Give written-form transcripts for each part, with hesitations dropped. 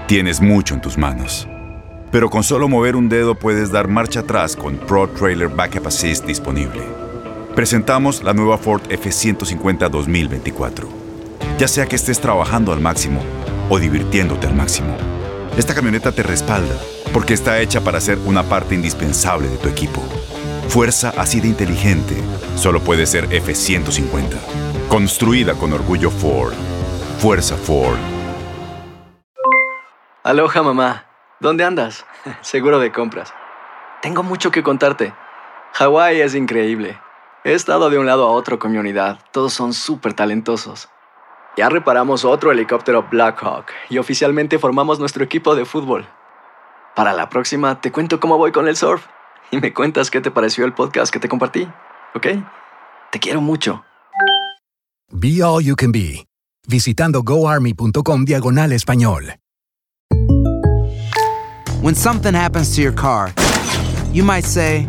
Tienes mucho en tus manos. Pero con solo mover un dedo puedes dar marcha atrás con Pro Trailer Backup Assist disponible. Presentamos la nueva Ford F-150 2024. Ya sea que estés trabajando al máximo o divirtiéndote al máximo, esta camioneta te respalda porque está hecha para ser una parte indispensable de tu equipo. Fuerza así de inteligente solo puede ser F-150. Construida con orgullo Ford. Fuerza Ford. Aloha, mamá. ¿Dónde andas? Seguro de compras. Tengo mucho que contarte. Hawái es increíble. He estado de un lado a otro con mi unidad. Todos son súper talentosos. Ya reparamos otro helicóptero Blackhawk y oficialmente formamos nuestro equipo de fútbol. Para la próxima te cuento cómo voy con el surf y me cuentas qué te pareció el podcast que te compartí, ¿ok? Te quiero mucho. Be All You Can Be, visitando goarmy.com/español. When something happens to your car, you might say,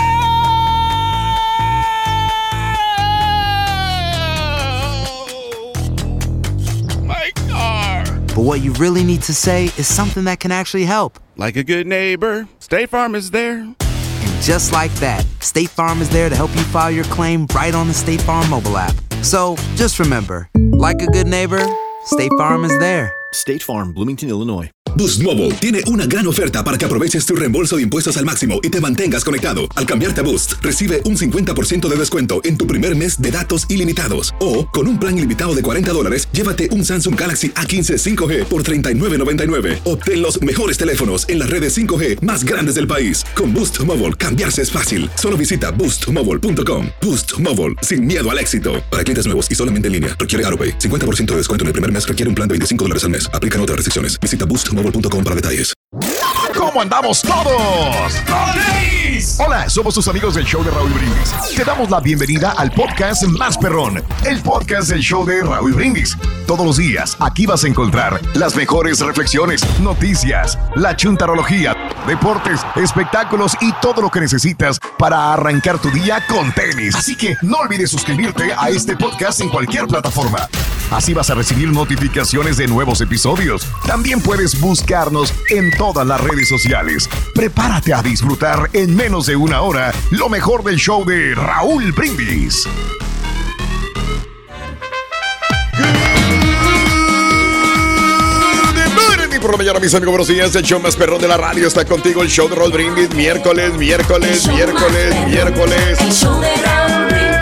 My car! but what you really need to say is something that can actually help. Like a good neighbor, State Farm is there. And just like that, State Farm is there to help you file your claim right on the State Farm mobile app. So just remember, like a good neighbor, State Farm is there. State Farm, Bloomington, Illinois. Boost Mobile tiene una gran oferta para que aproveches tu reembolso de impuestos al máximo y te mantengas conectado. Al cambiarte a Boost, recibe un 50% de descuento en tu primer mes de datos ilimitados. O, con un plan ilimitado de $40, llévate un Samsung Galaxy A15 5G por $39.99. Obtén los mejores teléfonos en las redes 5G más grandes del país. Con Boost Mobile, cambiarse es fácil. Solo visita boostmobile.com. Boost Mobile, sin miedo al éxito. Para clientes nuevos y solamente en línea, requiere AutoPay. 50% de descuento en el primer mes requiere un plan de $25 al mes. Aplican otras restricciones. Visita boostmobile.com para detalles. ¿Cómo andamos todos? Hola, somos tus amigos del show de Raúl Brindis. Te damos la bienvenida al podcast más perrón, el podcast del show de Raúl Brindis. Todos los días aquí vas a encontrar las mejores reflexiones, noticias, la chuntarología, deportes, espectáculos y todo lo que necesitas para arrancar tu día con tenis. Así que no olvides suscribirte a este podcast en cualquier plataforma. Así vas a recibir notificaciones de nuevos episodios. También puedes buscarnos en todas las redes sociales. Prepárate a disfrutar en menos de una hora lo mejor del show de Raúl Brindis. Por la mañana, mis amigos, buenos días. El show más perrón de la radio está contigo. El show de Raúl Brindis. Miércoles. El show de Raúl Brindis.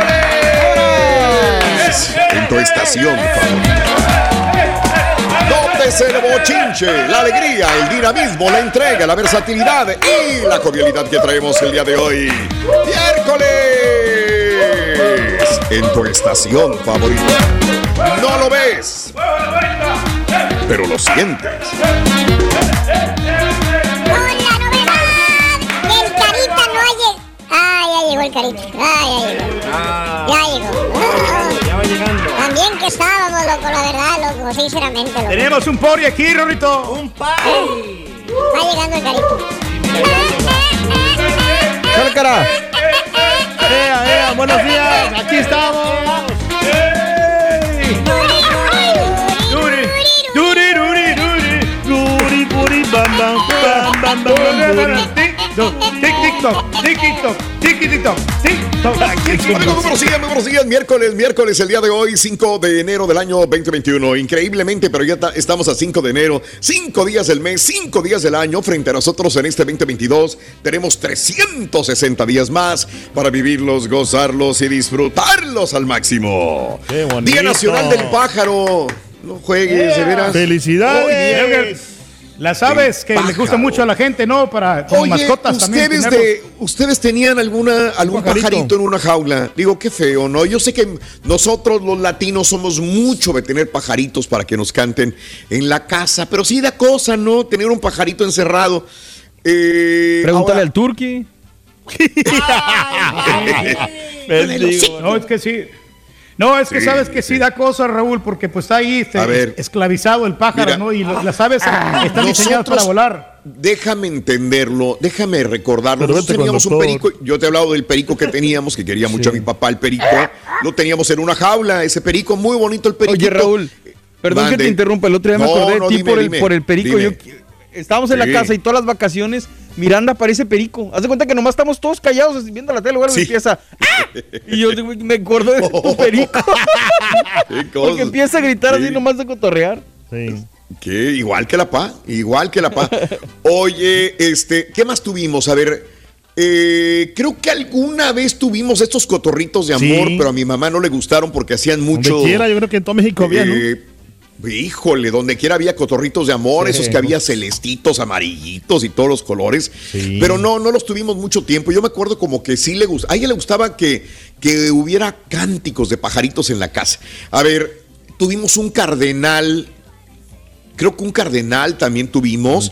En tu estación favorita, donde se el bochinche, la alegría, el dinamismo, la entrega, la versatilidad y la jovialidad que traemos el día de hoy. Miércoles, en tu estación favorita. No lo ves, pero lo sientes. Ya llegó el Carito. Ya llegó. Ya va llegando. También que estábamos, loco, la verdad, loco, sinceramente, loco. Tenemos un party aquí, Rorrito. Un party. Va llegando el Carito. ¡Sale, cara! Buenos días, aquí estamos. Duri, bam, bam, Buenos días, miércoles, el día de hoy, 5 de enero del año 2021. Increíblemente, pero ya estamos a 5 de enero, 5 días del mes, 5 días del año. Frente a nosotros en este 2022 tenemos 360 días más para vivirlos, gozarlos y disfrutarlos al máximo. Qué bonito. Día Nacional del Pájaro. No juegues, de veras. ¡Felicidades! Las aves que les gusta mucho a la gente, ¿no? Para como mascotas también. ¿Ustedes tenían algún pajarito en una jaula? Digo, qué feo, ¿no? Yo sé que nosotros los latinos somos mucho de tener pajaritos para que nos canten en la casa, pero sí da cosa, ¿no? Tener un pajarito encerrado. Pregúntale al Turqui. No, es que sí. No, es que sabes que sí da cosa, Raúl, porque pues está ahí esclavizado el pájaro, mira, ¿no? Y las aves están diseñadas para volar. Déjame entenderlo, déjame recordarlo. Nosotros teníamos un perico, yo te he hablado del perico que teníamos, que quería mucho a mi papá, el perico. Lo teníamos en una jaula, ese perico, muy bonito el perico. Oye, Raúl, Perdón que te interrumpa, el otro día me acordé de ti por el perico. Estábamos en la casa y todas las vacaciones, Miranda parece perico. Haz de cuenta que nomás estamos todos callados viendo la tele, luego empieza. Y yo me acuerdo de tu perico. Porque empieza a gritar así nomás de cotorrear. Sí. ¿Qué? Igual que la pa. Oye, ¿qué más tuvimos? A ver, creo que alguna vez tuvimos estos cotorritos de amor, pero a mi mamá no le gustaron porque hacían mucho. Donde quiera, yo creo que en todo México había, ¿no? Híjole, donde quiera había cotorritos de amor, esos que había celestitos, amarillitos y todos los colores, pero no los tuvimos mucho tiempo. Yo me acuerdo como que sí le gustaba, a ella le gustaba que hubiera cánticos de pajaritos en la casa. A ver, tuvimos un cardenal, creo que un cardenal también tuvimos,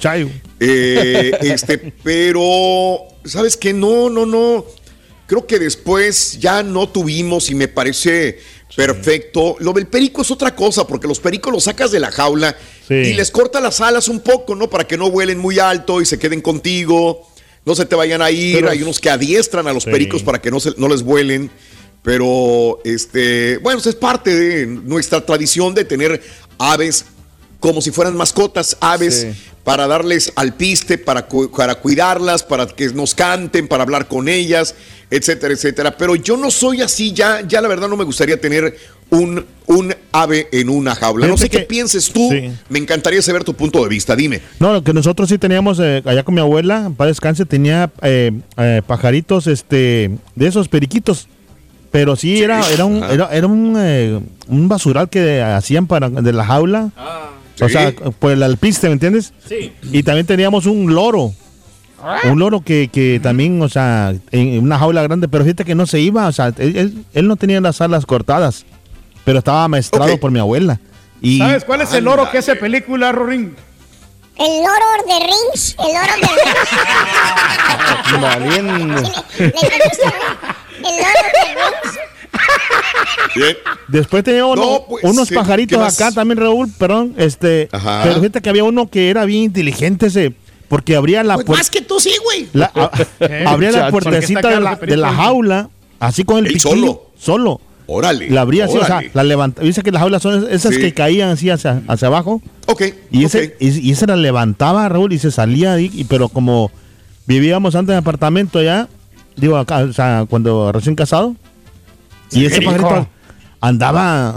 pero ¿sabes qué? No, creo que después ya no tuvimos y me parece perfecto. Lo del perico es otra cosa, porque los pericos los sacas de la jaula y les corta las alas un poco, ¿no? Para que no vuelen muy alto y se queden contigo, no se te vayan a ir. Pero hay unos que adiestran a los pericos para que no les vuelen. Pero, bueno, es parte de nuestra tradición de tener aves como si fueran mascotas, aves para darles alpiste, para cuidarlas, para que nos canten, para hablar con ellas, etcétera, etcétera. Pero yo no soy así, ya la verdad no me gustaría tener un ave en una jaula. No sé qué pienses tú, me encantaría saber tu punto de vista, dime. No, lo que nosotros sí teníamos allá con mi abuela, para descanse, tenía pajaritos de esos periquitos. Pero sí, era un basural que hacían de la jaula. O sea, por el alpiste, ¿me entiendes? Sí. Y también teníamos un loro. Un loro que también, o sea, en una jaula grande, pero fíjate que no se iba, o sea, él no tenía las alas cortadas, pero estaba amaestrado por mi abuela. Y ¿sabes cuál es el loro que hace película, Rorín? El loro de Rings. El loro de Rings. Valiendo. El loro de Rings. Bien. Después tenía unos pajaritos acá también, Raúl, perdón, pero fíjate que había uno que era bien inteligente porque abría la puerta. Más que tú sí, güey. Abría la puertecita de la jaula, así con el piquillo. Solo. Órale. La abría así, o sea, la levantaba. Dice que las jaulas son esas que caían así hacia abajo. Y ese la levantaba, Raúl, y se salía ahí, pero como vivíamos antes en apartamento allá, digo acá, o sea, cuando recién casado. Y ese pajarito andaba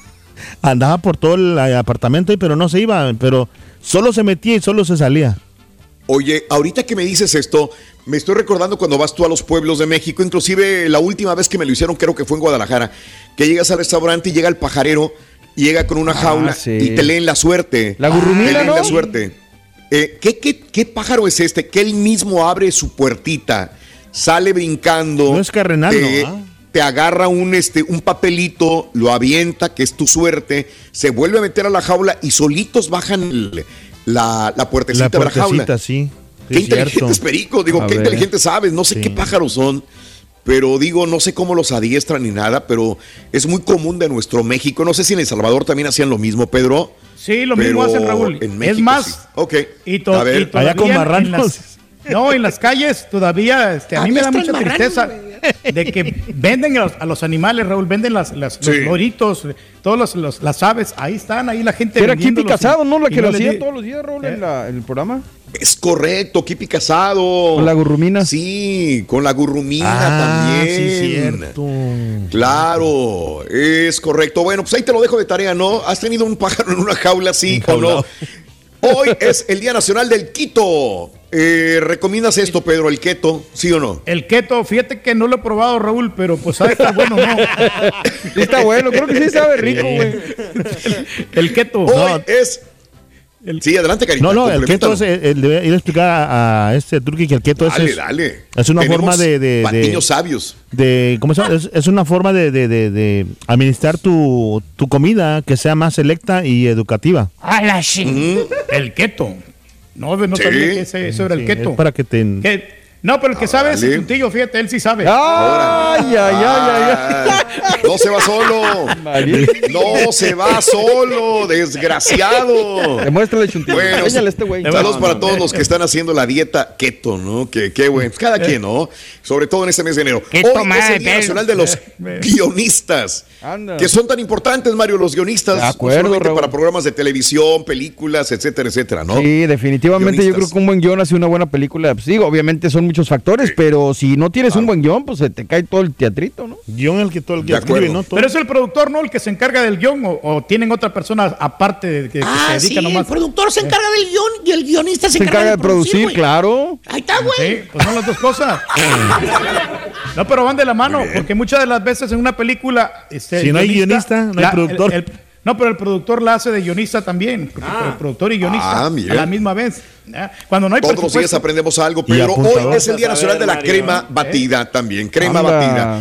por todo el apartamento, pero no se iba, pero solo se metía y solo se salía. Oye, ahorita que me dices esto, me estoy recordando cuando vas tú a los pueblos de México, inclusive la última vez que me lo hicieron, creo que fue en Guadalajara, que llegas al restaurante y llega el pajarero, llega con una jaula y te leen la suerte. La gurrumina, te leen ¿no? la suerte. ¿Qué pájaro es este? Que él mismo abre su puertita, sale brincando. No es cardenal, ¿no? Te agarra un papelito, lo avienta, que es tu suerte, se vuelve a meter a la jaula y solitos bajan la puertecita de la jaula. Sí. Qué inteligentes pericos, digo, qué inteligentes sabes, no sé qué pájaros son, pero digo, no sé cómo los adiestran ni nada, pero es muy común de nuestro México. No sé si en El Salvador también hacían lo mismo, Pedro. Sí, lo mismo hacen, Raúl. En México, es más, sí. Okay. Y allá con marranos. En las calles todavía, a mí me da mucha tristeza de que venden a los animales, Raúl, venden los loritos, todas las aves, ahí están, ahí la gente. Era Kipi Casado, ¿no? La que lo hacía todos los días, Raúl, en el programa. Es correcto, Kipi Casado. Con la gurrumina. Sí, con la gurrumina también. Sí, cierto. Claro, es correcto. Bueno, pues ahí te lo dejo de tarea, ¿no? ¿Has tenido un pájaro en una jaula, sí o no? Hoy es el Día Nacional del Quito. ¿Recomiendas esto, Pedro, el keto, sí o no? El keto, fíjate que no lo he probado, Raúl, pero pues sabe estar bueno, ¿no? Sí está bueno, creo que sí sabe rico, güey. El keto. Hoy es... Sí, adelante, Carita. No, el keto es... Le voy a ir a explicar a Turki que el keto dale. Es una forma de niños sabios. ¿Cómo se llama? Es una forma de administrar tu comida que sea más selecta y educativa. El keto. No sabía que eso era el keto. Para que te... No, pero el que sabe es el Chuntillo, fíjate, él sí sabe. ¡Ay! No se va solo. No se va solo, desgraciado. Demuéstrale, Chuntillo. Bueno, este güey. Saludos para todos los que están haciendo la dieta keto, ¿no? Qué bueno. Cada quien, ¿no? Sobre todo en este mes de enero. Hoy es el Día Nacional de los Guionistas. Anda. Que son tan importantes, Mario, los guionistas. De acuerdo, para programas de televisión, películas, etcétera, etcétera, ¿no? Sí, definitivamente Guionistas. yo creo que un buen guión hace una buena película. Pues digo, obviamente son muchos factores, pero si no tienes un buen guión, pues se te cae todo el teatrito, ¿no? Guión el que todo el que escribe, ¿no? Todo. Pero es el productor, ¿no? El que se encarga del guión o tienen otra persona aparte de que se dedica nomás. El productor se encarga del guión y el guionista se encarga de producir, claro. Ahí está, güey. Sí, pues son las dos cosas. No, pero van de la mano, porque muchas de las veces en una película... si no hay guionista, no hay productor. No, pero el productor la hace de guionista también. El productor y guionista a la misma vez. Cuando no hay todos los días aprendemos algo, pero hoy es el Día Nacional de la Crema Batida también. Crema batida.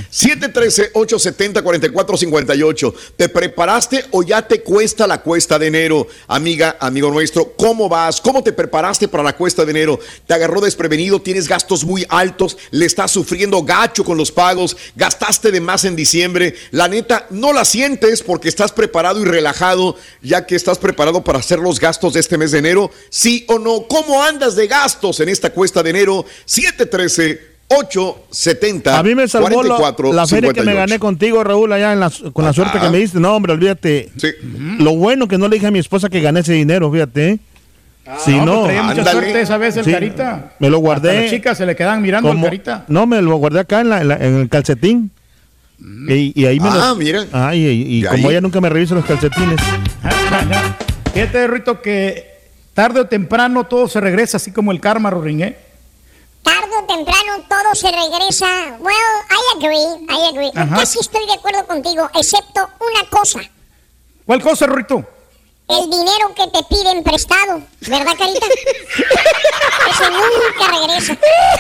713-870-4458. ¿Te preparaste o ya te cuesta la cuesta de enero? Amiga, amigo nuestro, ¿cómo vas? ¿Cómo te preparaste para la cuesta de enero? ¿Te agarró desprevenido? ¿Tienes gastos muy altos? ¿Le estás sufriendo gacho con los pagos? ¿Gastaste de más en diciembre? La neta, no la sientes porque estás preparado y relajado, ya que estás preparado para hacer los gastos de este mes de enero. ¿Sí o no? ¿Cómo andas de gastos en esta cuesta de enero? 713-870-4458. A mí me salvó la feria que me gané contigo, Raúl, allá con la suerte que me diste. No, hombre, olvídate. Sí. Lo bueno que no le dije a mi esposa que gané ese dinero, fíjate. Si no, traía mucha suerte esa vez el Carita. Me lo guardé. Hasta las chicas se le quedaban mirando al Carita. No, me lo guardé acá en el calcetín. Y ahí me mira. Y como ella nunca me revisa los calcetines. Fíjate, Rito, que tarde o temprano todo se regresa, así como el karma, Rorín, ¿eh? Tarde o temprano todo se regresa. Well, I agree. Casi estoy de acuerdo contigo, excepto una cosa. ¿Cuál cosa, Rito? El dinero que te piden prestado, ¿verdad, Carita? Eso nunca regresa.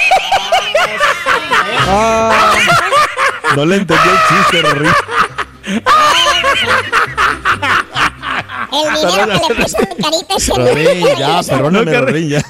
No le entendí el chiste, Rorín. El dinero que le presta mi Carita es el perdóname, Rorín, ya.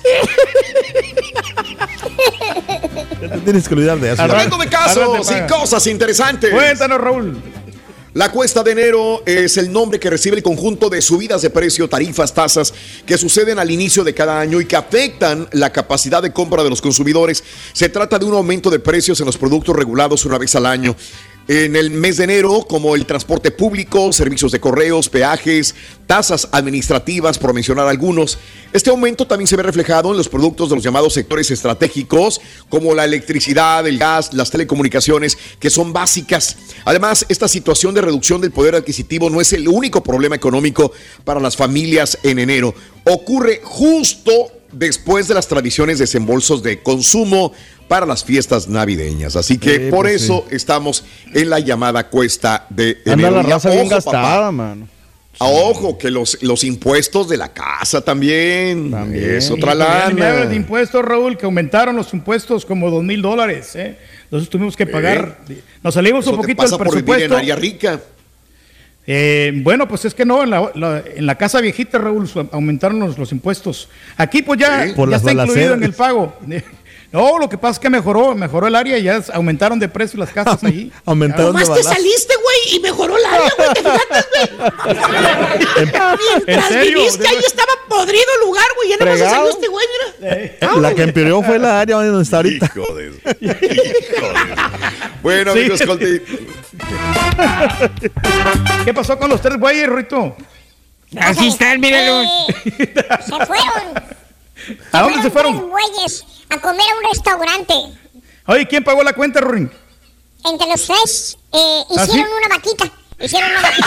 Ya te tienes que olvidar de eso. Hablando de casos y cosas interesantes. Cuéntanos, Raúl. La cuesta de enero es el nombre que recibe el conjunto de subidas de precio, tarifas, tasas que suceden al inicio de cada año y que afectan la capacidad de compra de los consumidores. Se trata de un aumento de precios en los productos regulados una vez al año. En el mes de enero, como el transporte público, servicios de correos, peajes, tasas administrativas, por mencionar algunos. Este aumento también se ve reflejado en los productos de los llamados sectores estratégicos, como la electricidad, el gas, las telecomunicaciones, que son básicas. Además, esta situación de reducción del poder adquisitivo no es el único problema económico para las familias en enero. Ocurre justo después de las tradiciones de desembolsos de consumo para las fiestas navideñas. Así que por eso estamos en la llamada cuesta de enero. Anda la raza bien gastada, mano. Ojo, que los impuestos de la casa también. Es otra lana. De impuestos, Raúl, que aumentaron los impuestos como $2,000, ¿eh? Entonces tuvimos que pagar. Nos salimos un poquito del presupuesto. Por vivir en área rica. Bueno, pues es que no, en la casa viejita, Raúl, aumentaron los impuestos. Aquí pues ya está incluido en el pago. No, lo que pasa es que mejoró el área y ya aumentaron de precio las casas ahí. Aumentaron de balazo. Nomás te saliste, güey, y mejoró el área, güey, ¿te fijaste, güey? Mientras viviste ahí estaba podrido el lugar, güey, ya nomás se salió este güey, mira. La que empeoró fue la área donde está ahorita. Hijo de eso. Bueno, amigos, Colti. ¿Qué pasó con los tres güeyes, Rito? Así están, míralos. Se fueron. ¿A dónde se fueron? Tres güeyes a comer a un restaurante. Oye, ¿quién pagó la cuenta, Rorín? Entre los tres hicieron una vaquita. Hicieron una vaquita.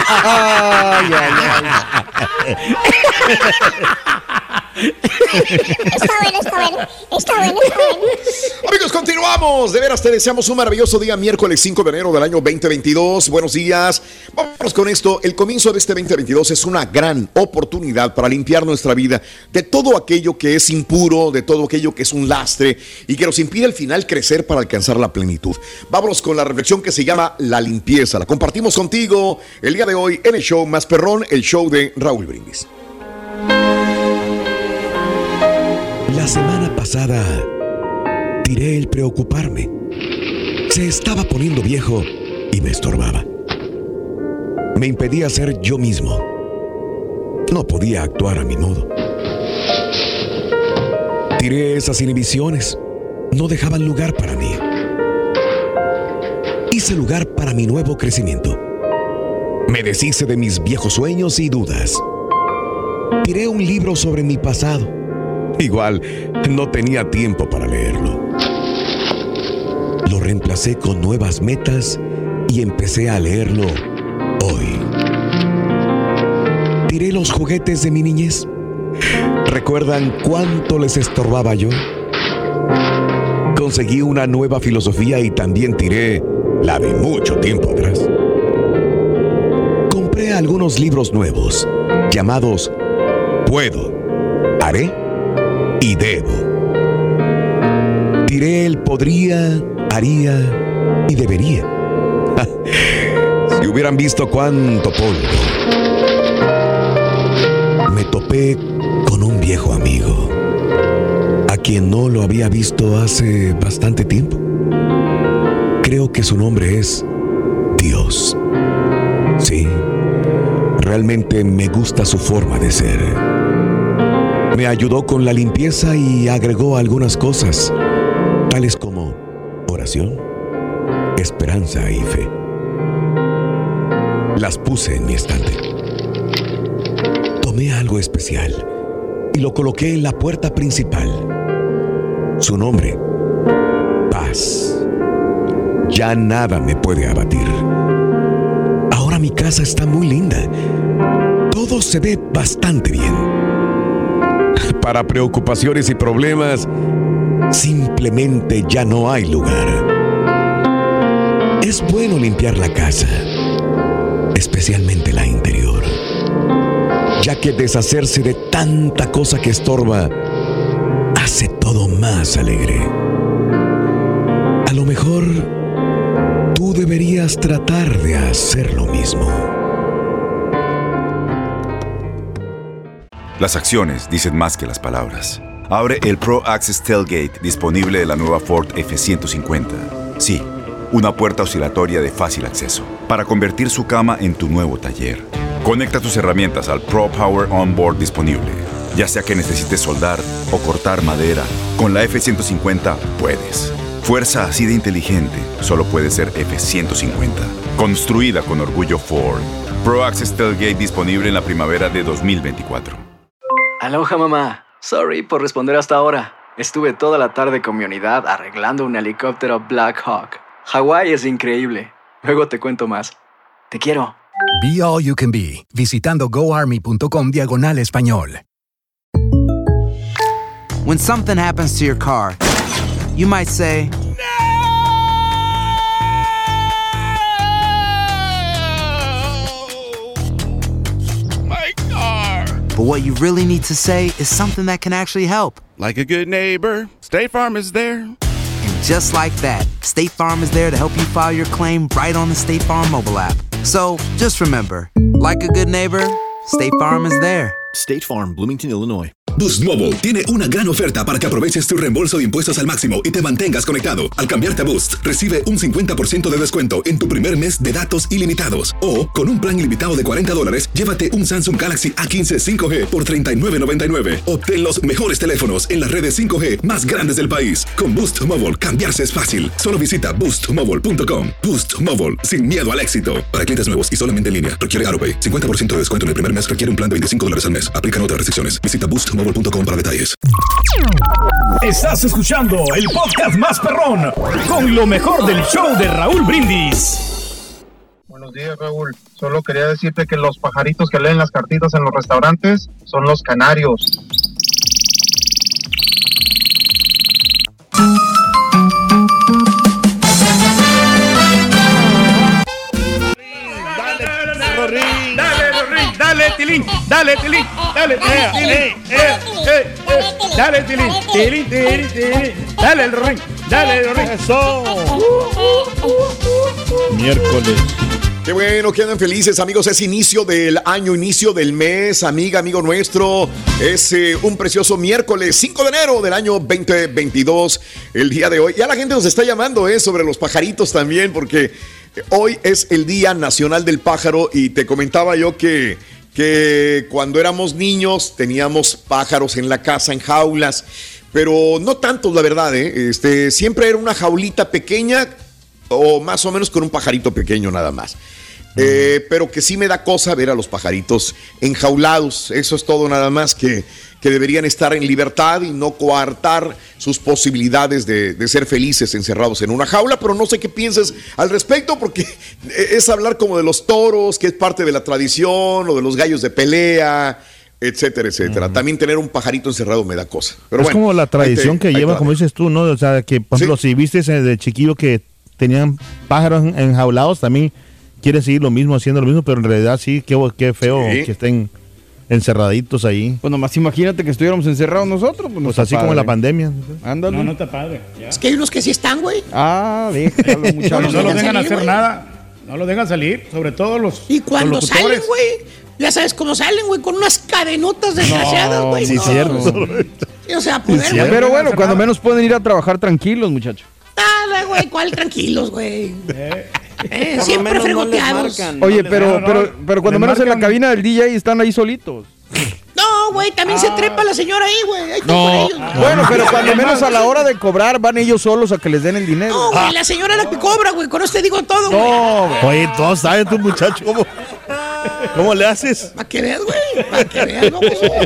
Está bueno. Amigos, continuamos. De veras, te deseamos un maravilloso día, miércoles 5 de enero del año 2022. Buenos días. Vamos con esto. El comienzo de este 2022 es una gran oportunidad para limpiar nuestra vida de todo aquello que es impuro, de todo aquello que es un lastre y que nos impide al final crecer para alcanzar la plenitud. Vámonos con la reflexión que se llama la limpieza. La compartimos contigo el día de hoy en el show más perrón, el show de Raúl Brindis. La semana pasada tiré el preocuparme. Se estaba poniendo viejo y me estorbaba. Me impedía ser yo mismo. No podía actuar a mi modo. Tiré esas inhibiciones. No dejaban lugar para mí. Hice lugar para mi nuevo crecimiento. Me deshice de mis viejos sueños y dudas. Tiré un libro sobre mi pasado. Igual, no tenía tiempo para leerlo. Lo reemplacé con nuevas metas y empecé a leerlo hoy. Tiré los juguetes de mi niñez. ¿Recuerdan cuánto les estorbaba yo? Conseguí una nueva filosofía y también tiré la de mucho tiempo atrás. Compré algunos libros nuevos llamados Puedo, Haré y Debo. Tiré el podría, haría y debería. Si hubieran visto cuánto polvo. Me topé con un viejo amigo, a quien no lo había visto hace bastante tiempo. Creo que su nombre es Dios. Sí, realmente me gusta su forma de ser. Me ayudó con la limpieza y agregó algunas cosas, tales como oración, esperanza y fe. Las puse en mi estante. Tomé algo especial y lo coloqué en la puerta principal. Su nombre, Paz. Ya nada me puede abatir. Ahora mi casa está muy linda. Todo se ve bastante bien. Para preocupaciones y problemas, simplemente ya no hay lugar. Es bueno limpiar la casa, especialmente la interior, ya que deshacerse de tanta cosa que estorba hace todo más alegre. A lo mejor tú deberías tratar de hacer lo mismo. Las acciones dicen más que las palabras. Abre el Pro Access Tailgate disponible de la nueva Ford F-150. Sí, una puerta oscilatoria de fácil acceso para convertir su cama en tu nuevo taller. Conecta tus herramientas al Pro Power Onboard disponible. Ya sea que necesites soldar o cortar madera, con la F-150 puedes. Fuerza así de inteligente solo puede ser F-150. Construida con orgullo Ford. Pro Access Tailgate disponible en la primavera de 2024. Aloha, mamá. Sorry por responder hasta ahora. Estuve toda la tarde con mi unidad arreglando un helicóptero Black Hawk. Hawái es increíble. Luego te cuento más. Te quiero. Be All You Can Be, visitando goarmy.com/español. When something happens to your car, you might say, but what you really need to say is something that can actually help. Like a good neighbor, State Farm is there. And just like that, State Farm is there to help you file your claim right on the State Farm mobile app. So just remember, like a good neighbor, State Farm is there. State Farm, Bloomington, Illinois. Boost Mobile tiene una gran oferta para que aproveches tu reembolso de impuestos al máximo y te mantengas conectado. Al cambiarte a Boost, recibe un 50% de descuento en tu primer mes de datos ilimitados. O, con un plan ilimitado de $40, llévate un Samsung Galaxy A15 5G por $39.99. Obtén los mejores teléfonos en las redes 5G más grandes del país. Con Boost Mobile, cambiarse es fácil. Solo visita boostmobile.com. Boost Mobile, sin miedo al éxito. Para clientes nuevos y solamente en línea, requiere AutoPay. 50% de descuento en el primer mes requiere un plan de $25 al mes. Aplican otras restricciones. Visita boostmobile.com para detalles. Estás escuchando el podcast más perrón con lo mejor del show de Raúl Brindis. Buenos días, Raúl. Solo quería decirte que los pajaritos que leen las cartitas en los restaurantes son los canarios. Dale, Tilín, dale, Tilín, dale, Tilín, dale, Tilín, Tilín, dale el ring, dale el ring. Eso. Miércoles. Qué bueno que andan felices, amigos. Es inicio del año, inicio del mes, amigo nuestro. Es un precioso miércoles 5 de enero del año 2022, el día de hoy. Ya la gente nos está llamando sobre los pajaritos también, porque hoy es el Día Nacional del Pájaro y te comentaba yo que cuando éramos niños teníamos pájaros en la casa, en jaulas, pero no tantos, la verdad, siempre era una jaulita pequeña o más o menos con un pajarito pequeño nada más. Pero que sí me da cosa ver a los pajaritos enjaulados. Eso es todo, nada más, que deberían estar en libertad y no coartar sus posibilidades de ser felices encerrados en una jaula. Pero no sé qué pienses al respecto, porque es hablar como de los toros, que es parte de la tradición, o de los gallos de pelea, etcétera, etcétera. También tener un pajarito encerrado me da cosa. Pero es bueno, como la tradición que lleva, como dices tú, ¿no? O sea, que por ejemplo, si viste de chiquillo que tenían pájaros enjaulados, también quiere seguir lo mismo, haciendo lo mismo, pero en realidad sí, qué feo que estén encerraditos ahí. Pues nomás imagínate que estuviéramos encerrados nosotros. Pues así como en la pandemia. Ándale. No está padre. Ya. Es que hay unos que sí están, güey. Déjalo, muchachos. No los dejan hacer nada. No los dejan salir, sobre todo los Y cuando salen, güey, ya sabes cómo salen, güey, con unas cadenotas desgraciadas, güey. Sí, cierto. Sí, o sea, poder, güey. Pero bueno, cuando menos pueden ir a trabajar tranquilos, muchachos. Nada, güey, ¿cuál tranquilos, güey? Siempre fregoteados. Oye, pero cuando menos en la cabina del DJ están ahí solitos. No, güey, también se trepa la señora ahí, güey. No, bueno, pero cuando menos a la hora de cobrar van ellos solos a que les den el dinero. No, güey, la señora es la que cobra, güey. Con eso te digo todo, güey. No, güey, todos saben, tu muchacho, ¿cómo le haces? Para que veas, güey. Para que veas, ¿no?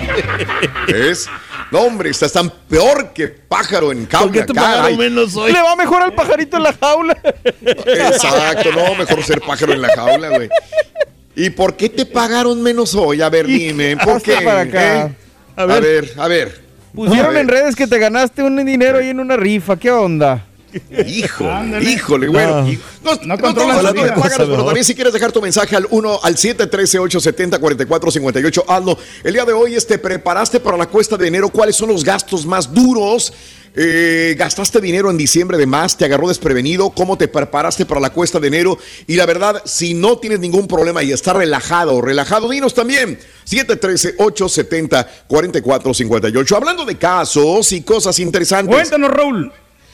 ¿Ves? No, hombre, estás tan peor que pájaro en jaula. ¿Por qué te pagaron menos hoy? Le va mejor al pajarito en la jaula. Exacto, no, mejor ser pájaro en la jaula, güey. ¿Y por qué te pagaron menos hoy? A ver, dime, ¿por qué? Para acá. A ver. Pusieron en redes que te ganaste un dinero ahí en una rifa, ¿qué onda? Híjole, bueno. No estamos hablando de pájaros, pero también si quieres dejar tu mensaje al 713-870-4458, hazlo. El día de hoy te preparaste para la cuesta de enero. ¿Cuáles son los gastos más duros? ¿Gastaste dinero en diciembre de más? ¿Te agarró desprevenido? ¿Cómo te preparaste para la cuesta de enero? Y la verdad, si no tienes ningún problema y estás relajado, dinos también. 713-870-4458. Hablando de casos y cosas interesantes. Cuéntanos, Raúl.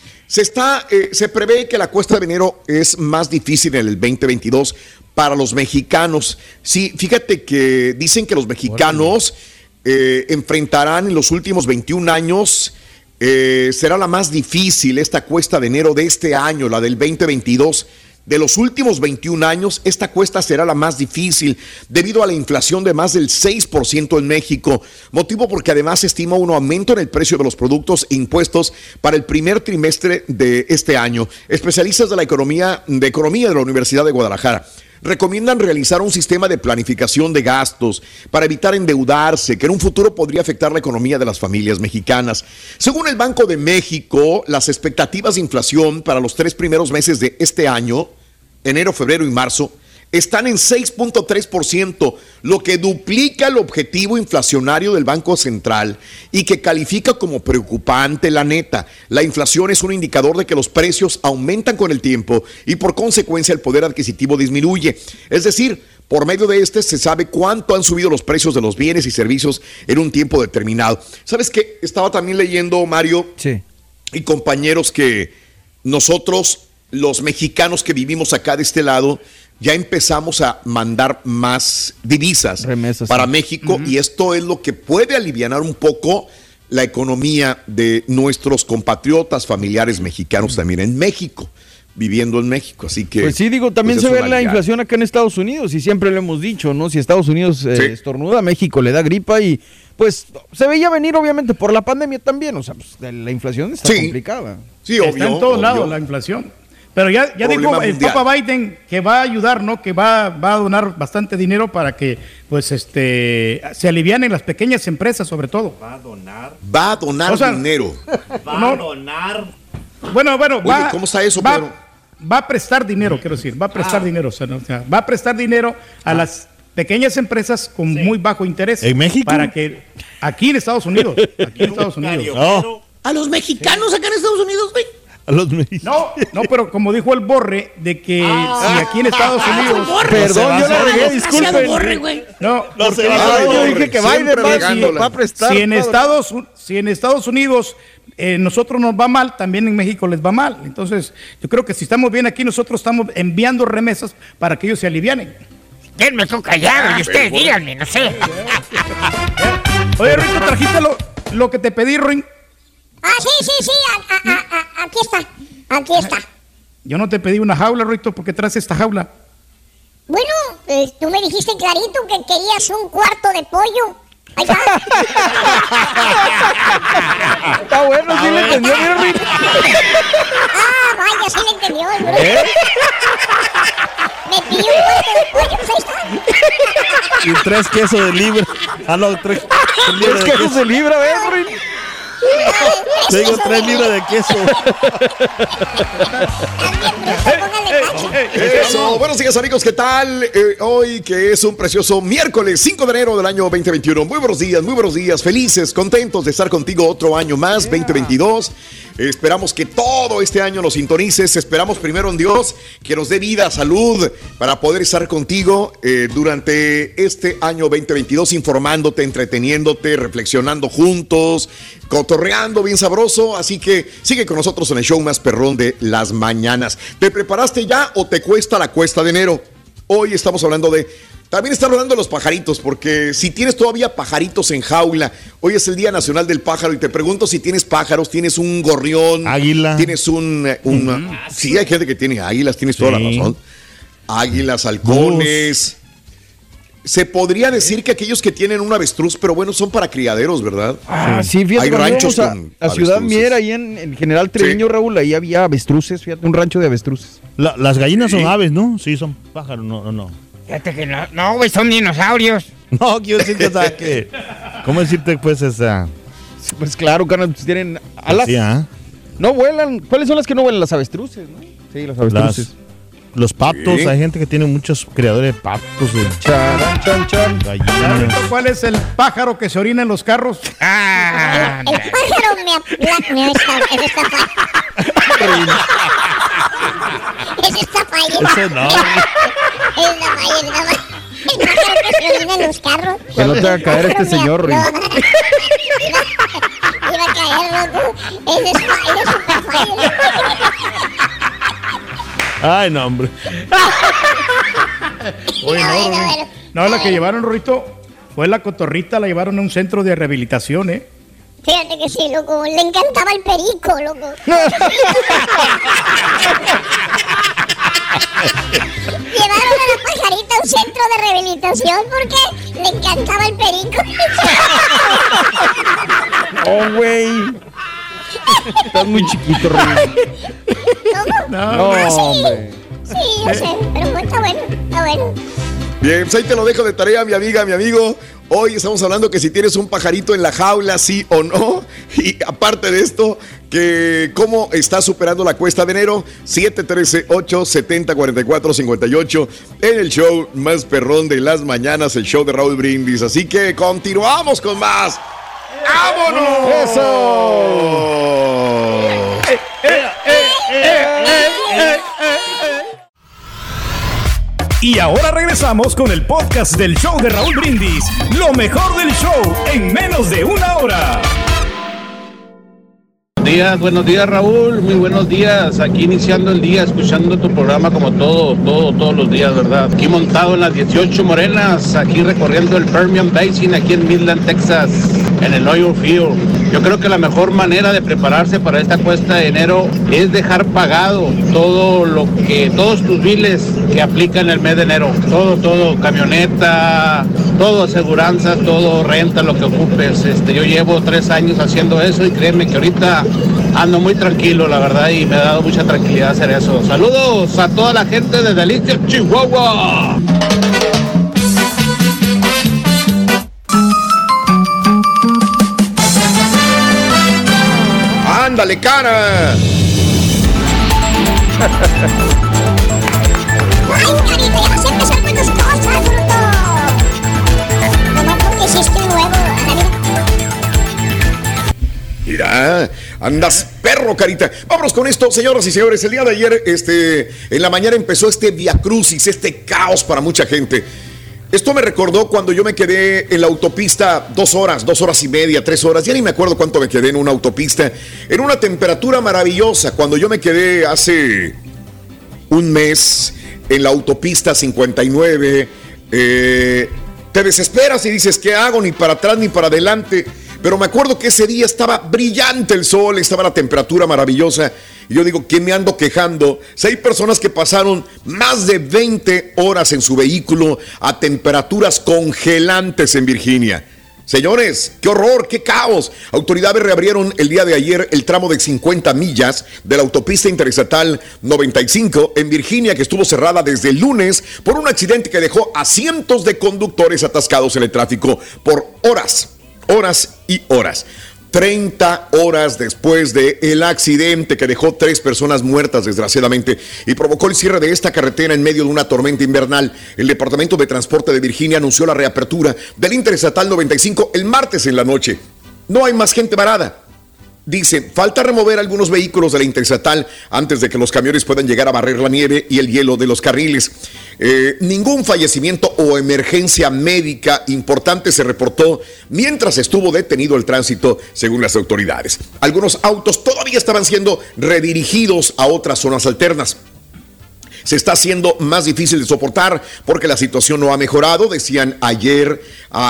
Se prevé que la cuesta de enero es más difícil en el 2022 para los mexicanos. Sí, fíjate que dicen que los mexicanos enfrentarán en los últimos 21 años, será la más difícil esta cuesta de enero de este año, la del 2022. De los últimos 21 años, esta cuesta será la más difícil debido a la inflación de más del 6% en México, motivo porque además se estima un aumento en el precio de los productos e impuestos para el primer trimestre de este año. Especialistas de la economía de la Universidad de Guadalajara recomiendan realizar un sistema de planificación de gastos para evitar endeudarse, que en un futuro podría afectar la economía de las familias mexicanas. Según el Banco de México, las expectativas de inflación para los 3 primeros meses de este año, enero, febrero y marzo, están en 6.3%, lo que duplica el objetivo inflacionario del Banco Central y que califica como preocupante, la neta. La inflación es un indicador de que los precios aumentan con el tiempo y por consecuencia el poder adquisitivo disminuye. Es decir, por medio de se sabe cuánto han subido los precios de los bienes y servicios en un tiempo determinado. ¿Sabes qué? Estaba también leyendo, Mario, y compañeros, que nosotros, los mexicanos que vivimos acá de este lado, ya empezamos a mandar más divisas para México, y esto es lo que puede alivianar un poco la economía de nuestros compatriotas, familiares mexicanos también en México, viviendo en México. Así que pues sí, digo, también se ve la inflación acá en Estados Unidos, y siempre lo hemos dicho, ¿no? Si Estados Unidos estornuda, México le da gripa, y pues se veía venir obviamente por la pandemia también, o sea, pues, la inflación está complicada. Sí, obvio. Está en todos lados la inflación. Pero ya dijo el Papa Biden que va a ayudar, ¿no? Que va a donar bastante dinero para que pues se alivianen las pequeñas empresas, sobre todo. Va a donar dinero. Va a donar. Bueno, oye, ¿cómo está eso, Pedro? Va a prestar dinero, quiero decir, va a prestar dinero, o sea, va a prestar dinero a las pequeñas empresas con muy bajo interés. ¿En México? Para que aquí en Estados Unidos, ¿A los mexicanos acá en Estados Unidos, güey? A los mexicanos. No, pero como dijo el Borre, de que si aquí en Estados Unidos... Perdón, yo la regué, disculpen. No, yo dije que Biden va a prestar. Si en Estados Unidos nosotros nos va mal, también en México les va mal. Entonces, yo creo que si estamos bien aquí, nosotros estamos enviando remesas para que ellos se alivianen. Denme tú callado y ustedes díganme, no sé. Oye, Ruito, ¿trajiste lo que te pedí, Ruin? Sí, aquí está. Yo no te pedí una jaula, Ruito, ¿por qué traes esta jaula? Bueno, tú me dijiste clarito que querías un cuarto de pollo. Ahí está. Está bueno, sí le entendió, mira, Ruito. Vaya, sí le entendió, bro. Me pidió un cuarto de pollo, pues ahí está. Y 3 quesos de libra. No, 3 quesos de libra, Ruin. Tengo 3 libras de queso. Eso. Buenos días, amigos, ¿qué tal? Hoy que es un precioso miércoles 5 de enero del año 2021. Muy buenos días, felices, contentos de estar contigo otro año más, 2022. Esperamos que todo este año nos sintonices. Esperamos primero en Dios que nos dé vida, salud, para poder estar contigo durante este año 2022, informándote, entreteniéndote, reflexionando juntos, cotorreando bien sabroso. Así que sigue con nosotros en el show más perrón de las mañanas. ¿Te preparaste ya o te cuesta la cuesta de enero? Hoy estamos hablando de... También está hablando de los pajaritos, porque si tienes todavía pajaritos en jaula, hoy es el Día Nacional del Pájaro y te pregunto si tienes pájaros, tienes un gorrión, águila, tienes sí, hay gente que tiene águilas, tienes toda la razón. Águilas, halcones. Se podría decir que aquellos que tienen un avestruz, pero bueno, son para criaderos, ¿verdad? Sí, fíjate, hay ranchos con a Ciudad Mier, ahí en General Treviño, sí. Raúl, ahí había avestruces, fíjate, un rancho de avestruces. Las gallinas son aves, ¿no? Sí, son pájaros, no. Fíjate que no, güey, son dinosaurios. No, quiero decirte, o sea, que... ¿Cómo decirte, pues, esa...? Pues claro, carnal, tienen alas. Sí, no vuelan. ¿Cuáles son las que no vuelan? Las avestruces, ¿no? Sí, las avestruces. Los patos, hay gente que tiene muchos criadores de patos. Chan. Gallinas. ¿Cuál es el pájaro que se orina en los carros? El pájaro ese está ese está fallado. Ese no. El pájaro que se orina en los carros. Que no te va a caer este señor, Ruin. Iba a caer, loco. Ese es super fallado. Ay, no, hombre. Oye, no, la que llevaron, Ruito, fue la cotorrita, la llevaron a un centro de rehabilitación, ¿eh? Fíjate que sí, loco, le encantaba el perico, loco. Llevaron a la pajarita a un centro de rehabilitación porque le encantaba el perico. Oh, güey. Estás muy chiquito, Rubén. ¿Cómo? No, hombre. Sí, yo sé, pero está bueno. Bien, pues ahí te lo dejo de tarea, mi amiga, mi amigo. Hoy estamos hablando que si tienes un pajarito en la jaula, sí o no. Y aparte de esto, que cómo está superando la cuesta de enero. 713-870-4458 en el show más perrón de las mañanas, el show de Raúl Brindis. Así que continuamos con más. ¡Vámonos! ¡Eso! Y ahora regresamos con el podcast del show de Raúl Brindis. Lo mejor del show en menos de una hora. Buenos días Raúl, muy buenos días. Aquí iniciando el día, escuchando tu programa como todos los días, ¿verdad? Aquí montado en las 18 Morenas, aquí recorriendo el Permian Basin, aquí en Midland, Texas, en el Oil Field. Yo creo que la mejor manera de prepararse para esta cuesta de enero es dejar pagado todos tus biles que aplican el mes de enero. Todo, camioneta, todo, aseguranzas, todo, renta, lo que ocupes. Yo llevo 3 años haciendo eso y créeme que ahorita ando muy tranquilo, la verdad, y me ha dado mucha tranquilidad hacer eso. Saludos a toda la gente de Delicias, Chihuahua. ¡Ándale, cara! ¡Ay, carita, ya vas a empezar con tus cosas, bruto! Nomás porque hiciste un huevo, Mira, andas perro, Carita. Vámonos con esto, señoras y señores. El día de ayer, en la mañana empezó este viacrucis, este caos para mucha gente. Esto me recordó cuando yo me quedé en la autopista 2 horas y media, 3 horas. Ya ni me acuerdo cuánto me quedé en una autopista. En una temperatura maravillosa. Cuando yo me quedé hace un mes en la autopista 59, te desesperas y dices, ¿qué hago? Ni para atrás ni para adelante. Pero me acuerdo que ese día estaba brillante el sol, estaba la temperatura maravillosa. Y yo digo, ¿qué me ando quejando? Si hay personas que pasaron más de 20 horas en su vehículo a temperaturas congelantes en Virginia. Señores, qué horror, qué caos. Autoridades reabrieron el día de ayer el tramo de 50 millas de la autopista interestatal 95 en Virginia, que estuvo cerrada desde el lunes por un accidente que dejó a cientos de conductores atascados en el tráfico por horas y horas. 30 horas después del accidente que dejó 3 personas muertas, desgraciadamente, y provocó el cierre de esta carretera en medio de una tormenta invernal. El Departamento de Transporte de Virginia anunció la reapertura del Interestatal 95 el martes en la noche. No hay más gente varada. Dice, falta remover algunos vehículos de la interestatal antes de que los camiones puedan llegar a barrer la nieve y el hielo de los carriles. Ningún fallecimiento o emergencia médica importante se reportó mientras estuvo detenido el tránsito, según las autoridades. Algunos autos todavía estaban siendo redirigidos a otras zonas alternas. Se está haciendo más difícil de soportar porque la situación no ha mejorado, decían ayer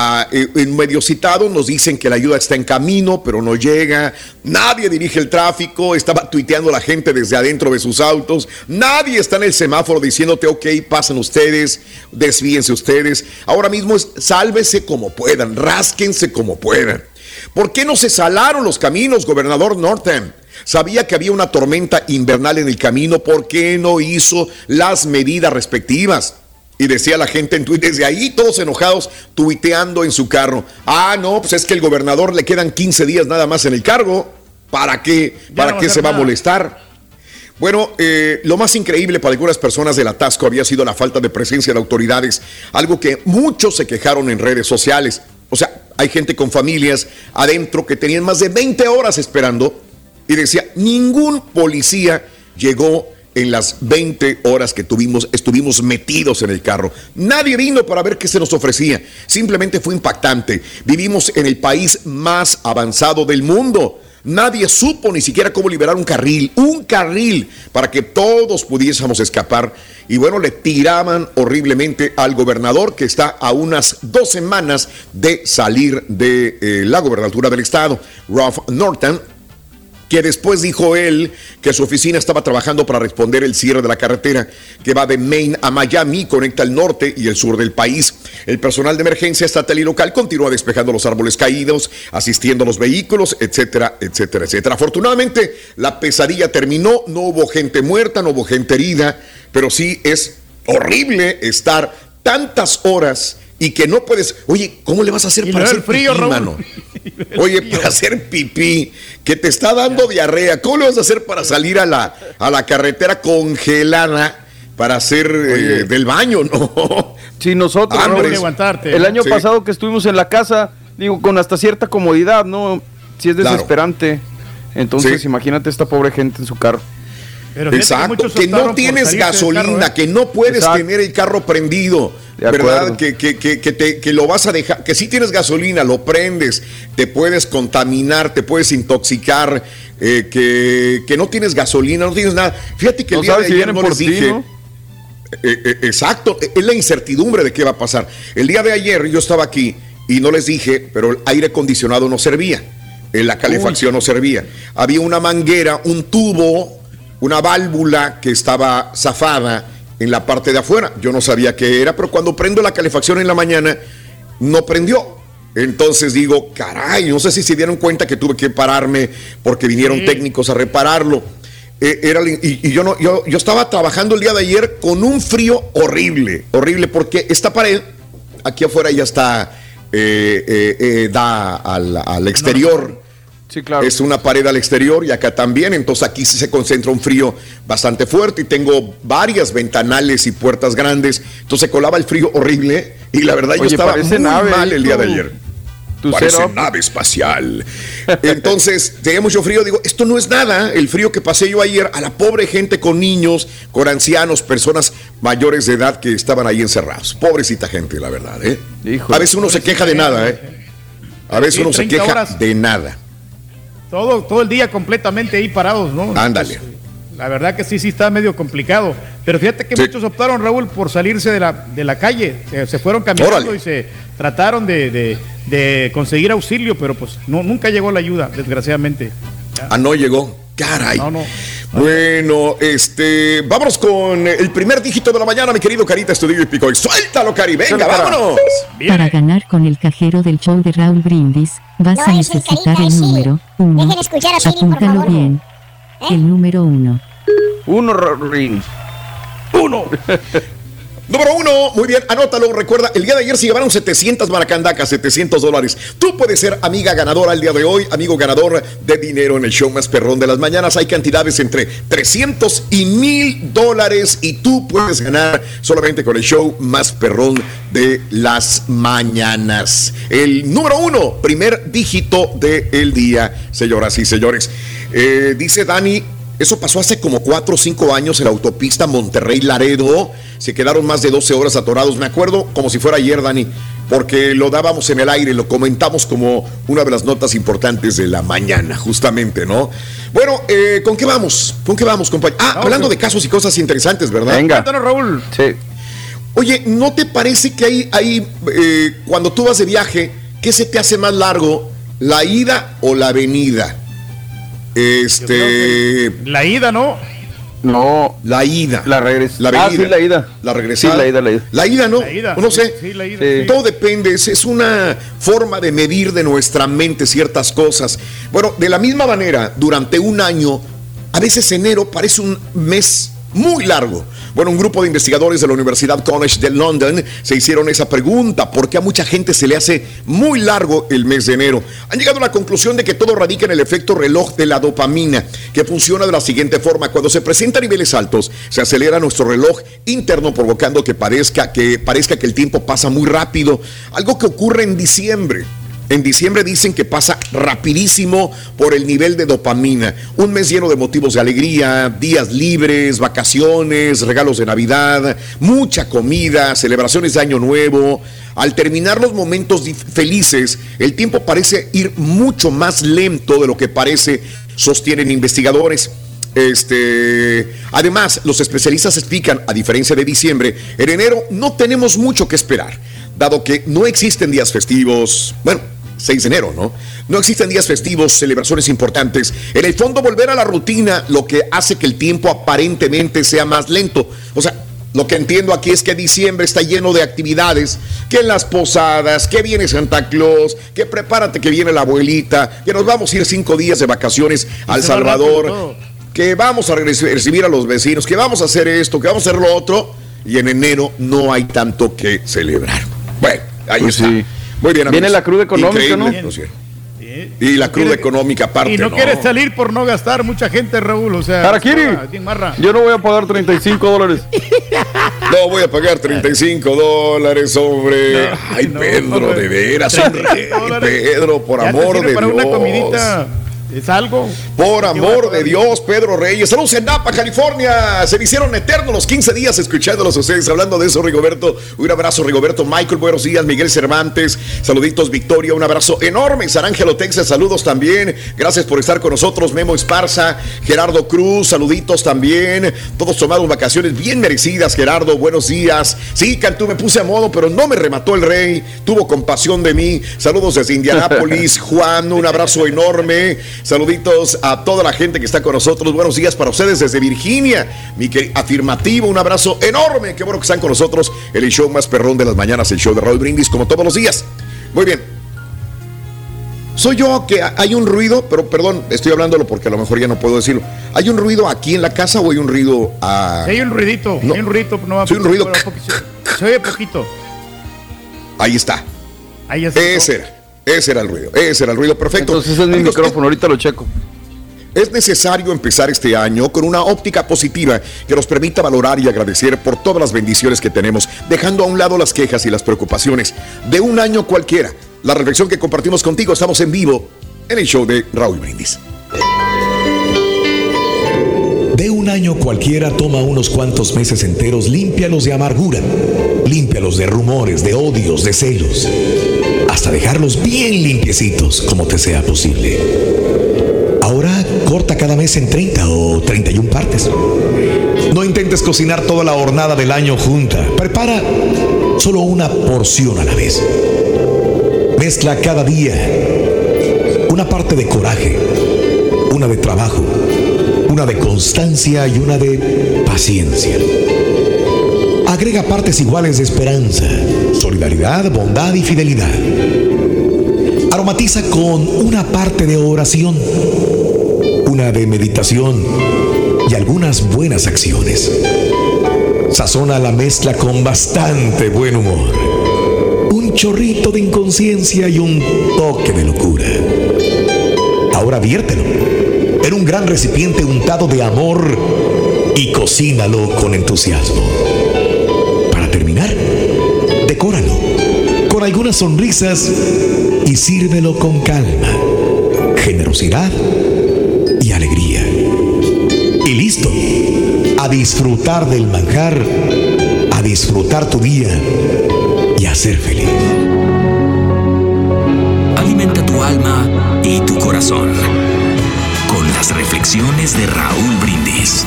en medio citado. Nos dicen que la ayuda está en camino, pero no llega. Nadie dirige el tráfico, estaba tuiteando la gente desde adentro de sus autos. Nadie está en el semáforo diciéndote, ok, pasen ustedes, desvíense ustedes. Ahora mismo es sálvese como puedan, rásquense como puedan. ¿Por qué no se salaron los caminos, gobernador Northam? Sabía que había una tormenta invernal en el camino, ¿por qué no hizo las medidas respectivas? Y decía la gente en Twitter, desde ahí todos enojados, tuiteando en su carro. No, pues es que el gobernador le quedan 15 días nada más en el cargo. ¿Para qué? ¿Para qué se va a molestar? Bueno, lo más increíble para algunas personas del atasco había sido la falta de presencia de autoridades, algo que muchos se quejaron en redes sociales. O sea, hay gente con familias adentro que tenían más de 20 horas esperando. Y decía, ningún policía llegó en las 20 horas que estuvimos metidos en el carro. Nadie vino para ver qué se nos ofrecía. Simplemente fue impactante. Vivimos en el país más avanzado del mundo. Nadie supo ni siquiera cómo liberar un carril para que todos pudiésemos escapar. Y bueno, le tiraban horriblemente al gobernador, que está a unas 2 semanas de salir de la gobernatura del estado, Ralph Northam, que después dijo él que su oficina estaba trabajando para responder el cierre de la carretera que va de Maine a Miami, conecta el norte y el sur del país. El personal de emergencia estatal y local continúa despejando los árboles caídos, asistiendo a los vehículos, etcétera, etcétera, etcétera. Afortunadamente, la pesadilla terminó, no hubo gente muerta, no hubo gente herida, pero sí es horrible estar tantas horas y que no puedes. Oye, ¿cómo le vas a hacer para hacer frío, pipí, mano? Oye, para hacer pipí, que te está dando diarrea, ¿cómo le vas a hacer para salir a la carretera congelada para hacer del baño, no? Sí, nosotros, el año pasado que estuvimos en la casa, digo, con hasta cierta comodidad, ¿no? Sí es desesperante. Claro. Entonces, imagínate esta pobre gente en su carro. Pero exacto, que no tienes gasolina, que no puedes tener el carro prendido, ¿verdad? Que lo vas a dejar, que si tienes gasolina, lo prendes, te puedes contaminar, te puedes intoxicar, que no tienes gasolina, no tienes nada. Fíjate que el día de ayer no les dije, ¿no? Exacto, es la incertidumbre de qué va a pasar. El día de ayer yo estaba aquí y no les dije, pero el aire acondicionado no servía, la calefacción no servía. Había una manguera, un tubo, una válvula que estaba zafada en la parte de afuera. Yo no sabía qué era, pero cuando prendo la calefacción en la mañana, no prendió. Entonces digo, caray, no sé si se dieron cuenta que tuve que pararme porque vinieron técnicos a repararlo. Yo estaba trabajando el día de ayer con un frío horrible, porque esta pared aquí afuera ya está, da al exterior. Sí, claro. Es una pared al exterior y acá también, entonces aquí sí se concentra un frío bastante fuerte y tengo varias ventanales y puertas grandes, entonces colaba el frío horrible y la verdad yo estaba muy mal el día de ayer. Parece nave espacial. Entonces, tenía mucho frío. Digo, esto no es nada. El frío que pasé yo ayer a la pobre gente con niños, con ancianos, personas mayores de edad que estaban ahí encerrados. Pobrecita gente, la verdad, ¿eh? A veces uno se queja de nada, ¿eh? A veces uno se queja de nada. Todo el día completamente ahí parados, ¿no? Ándale. Pues, la verdad que sí está medio complicado. Pero fíjate que muchos optaron, Raúl, por salirse de la calle. Se fueron caminando y se trataron de conseguir auxilio, pero pues nunca llegó la ayuda, desgraciadamente. No llegó. Caray. No. Bueno, vámonos con el primer dígito de la mañana, mi querido Carita Estudio y Pico. ¡Suéltalo, Cari! ¡Venga, vámonos! Para ganar con el cajero del show de Raúl Brindis, vas a necesitar el número 1. Dejen escuchar a Siri, por Apúntalo favor. bien. El número 1. 1, Brindis. 1. Número 1, muy bien, anótalo, recuerda, el día de ayer se llevaron 700 maracandacas, $700. Tú puedes ser amiga ganadora el día de hoy, amigo ganador de dinero en el show más perrón de las mañanas. Hay cantidades entre $300 y $1,000 y tú puedes ganar solamente con el show más perrón de las mañanas. El número 1, primer dígito del día, señoras y señores. Dice Dani, eso pasó hace como 4 o 5 años en la autopista Monterrey-Laredo. Se quedaron más de 12 horas atorados. Me acuerdo como si fuera ayer, Dani, porque lo dábamos en el aire, lo comentamos como una de las notas importantes de la mañana, justamente, ¿no? Bueno, ¿con qué vamos? ¿Con qué vamos, compañero? Hablando de casos y cosas interesantes, ¿verdad? Venga. Cuéntanos, Raúl. Sí. Oye, ¿no te parece que hay cuando tú vas de viaje, qué se te hace más largo, la ida o la venida? La ida, ¿no? No. La ida. La regresa. La venida. Sí, la ida. La regresada. Sí, la ida. La ida, ¿no? La ida. No sé. Sí, la ida. Sí. Todo depende. Es una forma de medir de nuestra mente ciertas cosas. Bueno, de la misma manera, durante un año, a veces enero parece un mes muy largo. Bueno, un grupo de investigadores de la Universidad College de London se hicieron esa pregunta: ¿por qué a mucha gente se le hace muy largo el mes de enero? Han llegado a la conclusión de que todo radica en el efecto reloj de la dopamina, que funciona de la siguiente forma: cuando se presenta a niveles altos, se acelera nuestro reloj interno, provocando que parezca que el tiempo pasa muy rápido. Algo que ocurre en diciembre. En diciembre dicen que pasa rapidísimo por el nivel de dopamina. Un mes lleno de motivos de alegría, días libres, vacaciones, regalos de Navidad, mucha comida, celebraciones de Año Nuevo. Al terminar los momentos felices, el tiempo parece ir mucho más lento de lo que parece, sostienen investigadores. Además, los especialistas explican, a diferencia de diciembre, en enero no tenemos mucho que esperar, dado que no existen días festivos. Bueno, 6 de enero, ¿no? No existen días festivos, celebraciones importantes. En el fondo, volver a la rutina, lo que hace que el tiempo aparentemente sea más lento. O sea, lo que entiendo aquí es que diciembre está lleno de actividades, que en las posadas, que viene Santa Claus, que prepárate que viene la abuelita, que nos vamos a ir 5 días de vacaciones a El Salvador, que vamos a recibir a los vecinos, que vamos a hacer esto, que vamos a hacer lo otro, y en enero no hay tanto que celebrar. Bueno, ahí está. Sí. Muy bien, amigos. Viene la cruda económica, ¿no? Y la cruda económica aparte. Y no quieres salir por no gastar, mucha gente, Raúl. O sea, Harakiri, yo no voy a pagar $35. No voy a pagar $35, hombre. No, ay, Pedro, de veras, hombre. Pedro, por amor de para Dios. Una comidita. ¿Es algo? Por amor de Dios, Pedro Reyes. Saludos en Napa, California. Se me hicieron eternos los 15 días escuchándolos a ustedes. Hablando de eso, Rigoberto. Un abrazo, Rigoberto. Michael, buenos días. Miguel Cervantes. Saluditos, Victoria. Un abrazo enorme. Sarángelo, Texas. Saludos también. Gracias por estar con nosotros. Memo Esparza. Gerardo Cruz. Saluditos también. Todos tomaron vacaciones bien merecidas, Gerardo. Buenos días. Sí, Cantú, me puse a modo, pero no me remató el rey. Tuvo compasión de mí. Saludos desde Indianápolis. Juan, un abrazo enorme. Saluditos a toda la gente que está con nosotros. Buenos días para ustedes desde Virginia. Mi afirmativo, un abrazo enorme. Qué bueno que están con nosotros en el show más perrón de las mañanas, el show de Raúl Brindis, como todos los días. Muy bien. Soy yo que hay un ruido, pero perdón, estoy hablándolo porque a lo mejor ya no puedo decirlo. ¿Hay un ruido aquí en la casa o hay un ruido a...? Sí, hay un ruidito. No. Hay un ruidito. No, sí, un ruido. Se oye poquito. Ahí está. Ahí está. Ese era el ruido, perfecto. Entonces es mi micrófono, ahorita lo checo. Es necesario empezar este año con una óptica positiva que nos permita valorar y agradecer por todas las bendiciones que tenemos, dejando a un lado las quejas y las preocupaciones de un año cualquiera. la reflexión que compartimos contigo. Estamos en vivo en el show de Raúl Brindis. De un año cualquiera toma unos cuantos meses enteros, límpialos de amargura, límpialos de rumores, de odios, de celos, hasta dejarlos bien limpiecitos como te sea posible. Ahora corta cada mes en 30 o 31 partes. No intentes cocinar toda la hornada del año junta. Prepara solo una porción a la vez. Mezcla cada día una parte de coraje, una de trabajo, una de constancia y una de paciencia. Agrega partes iguales de esperanza, solidaridad, bondad y fidelidad. Aromatiza con una parte de oración, una de meditación y algunas buenas acciones. Sazona la mezcla con bastante buen humor, un chorrito de inconsciencia y un toque de locura. Ahora viértelo en un gran recipiente untado de amor y cocínalo con entusiasmo. Para terminar, decóralo con algunas sonrisas y sírvelo con calma, generosidad y alegría. Y listo, a disfrutar del manjar, a disfrutar tu día y a ser feliz. Alimenta tu alma y tu corazón con las reflexiones de Raúl Brindis.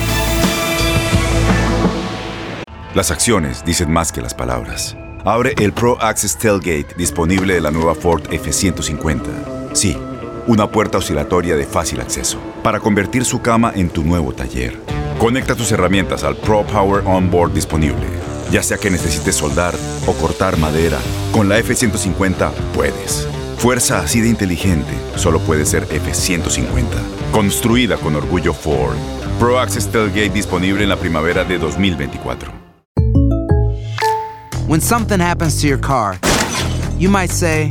Las acciones dicen más que las palabras. Abre el Pro Access Tailgate disponible de la nueva Ford F-150. Sí, una puerta oscilatoria de fácil acceso para convertir su cama en tu nuevo taller. Conecta tus herramientas al Pro Power Onboard disponible. Ya sea que necesites soldar o cortar madera, con la F-150 puedes. Fuerza así de inteligente solo puede ser F-150. Construida con orgullo Ford. Pro Access Tailgate disponible en la primavera de 2024. When something happens to your car, you might say,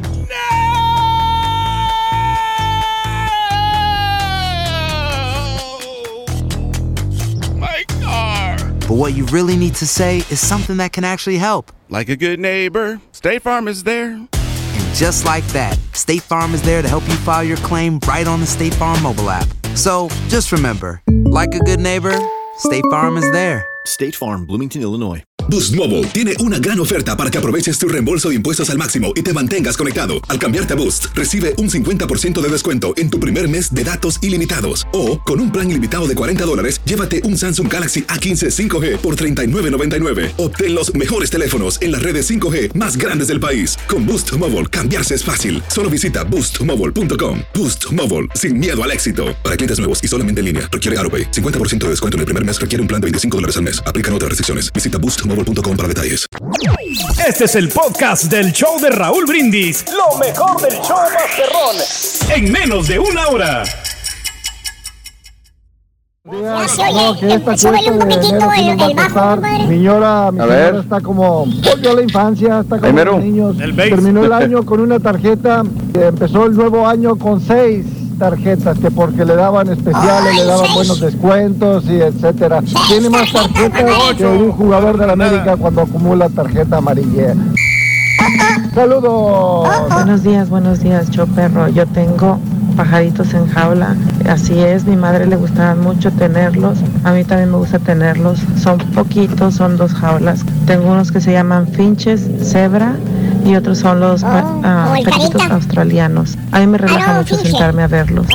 but what you really need to say is something that can actually help. Like a good neighbor, State Farm is there. And just like that, State Farm is there to help you file your claim right on the State Farm mobile app. So just remember, like a good neighbor, State Farm is there. State Farm, Bloomington, Illinois. Boost Mobile tiene una gran oferta para que aproveches tu reembolso de impuestos al máximo y te mantengas conectado. Al cambiarte a Boost, recibe un 50% de descuento en tu primer mes de datos ilimitados. O, con un plan ilimitado de $40, llévate un Samsung Galaxy A15 5G por $39.99. Obtén los mejores teléfonos en las redes 5G más grandes del país. Con Boost Mobile, cambiarse es fácil. Solo visita boostmobile.com. Boost Mobile, sin miedo al éxito. Para clientes nuevos y solamente en línea, requiere AutoPay. 50% de descuento en el primer mes requiere un plan de $25 al mes. Aplican otras restricciones. Visita boostmobile.com para detalles. Este es el podcast del show de Raúl Brindis. Lo mejor del show Masterrón. En menos de una hora. Ya se oye, súbele un poquitito el bajo, compadre. Mi señora está como volvió a la infancia, está como los niños. Terminó el año con una tarjeta, empezó el nuevo año con 6 tarjetas, que porque le daban especiales, le daban buenos descuentos y etcétera. Tiene más tarjetas que un jugador de la América cuando acumula tarjeta amarilla. ¡Saludos! Buenos días, show perro. Yo tengo pajaritos en jaula. Así es, mi madre le gustaba mucho tenerlos. A mí también me gusta tenerlos. Son poquitos, son 2 jaulas. Tengo unos que se llaman finches, cebra, y otros son los perritos australianos. A mí me relaja mucho sentarme a verlos.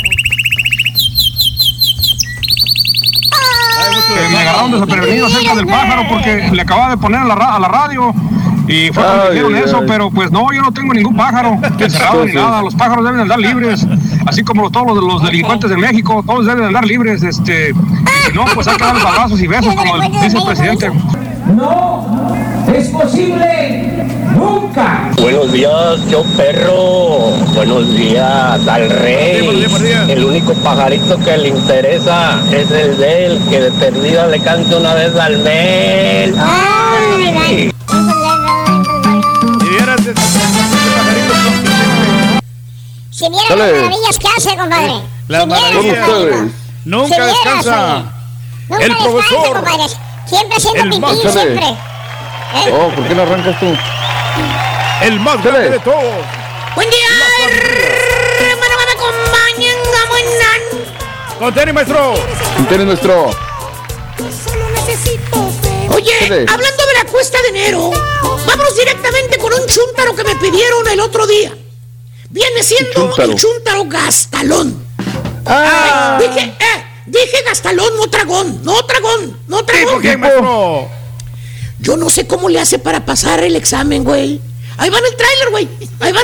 Me agarraron desprevenido cerca del pájaro porque le acababa de poner a la radio y fue cuando dijeron eso, pero pues no, yo no tengo ningún pájaro encerrado ni nada. Los pájaros deben andar libres, así como todos los delincuentes de México, todos deben andar libres. Y si no, pues hay que darles abrazos y besos, como dice el presidente. No es posible nunca. Buenos días, yo perro. Buenos días al rey. El único pajarito que le interesa es el de él, que de perdida le cante una vez al mes. ¡Ay! Si vieran las maravillas que hace, compadre. Las maravillas. Nunca descansa. Nunca el profesor. Compadre. Siempre haciendo pipí, siempre. Oh, ¿por qué no arrancas tú? El más grande de todos. Buen día, hermano, me acompañan, ¿cómo están? Con tenis, maestro. Con tenis, maestro. Oye, hablando de la cuesta de enero, vámonos directamente con un chúntaro que me pidieron el otro día. Viene siendo el chúntaro gastalón. Dije gastalón, no tragón. ¿Por qué, maestro? Yo no sé cómo le hace para pasar el examen, güey. Ahí va en el tráiler, güey. Míralo.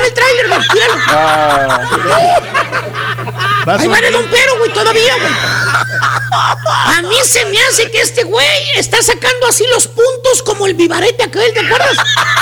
Ahí va en el dompero, güey, todavía, güey. A mí se me hace que este güey está sacando así los puntos como el vivarete aquel, ¿te acuerdas?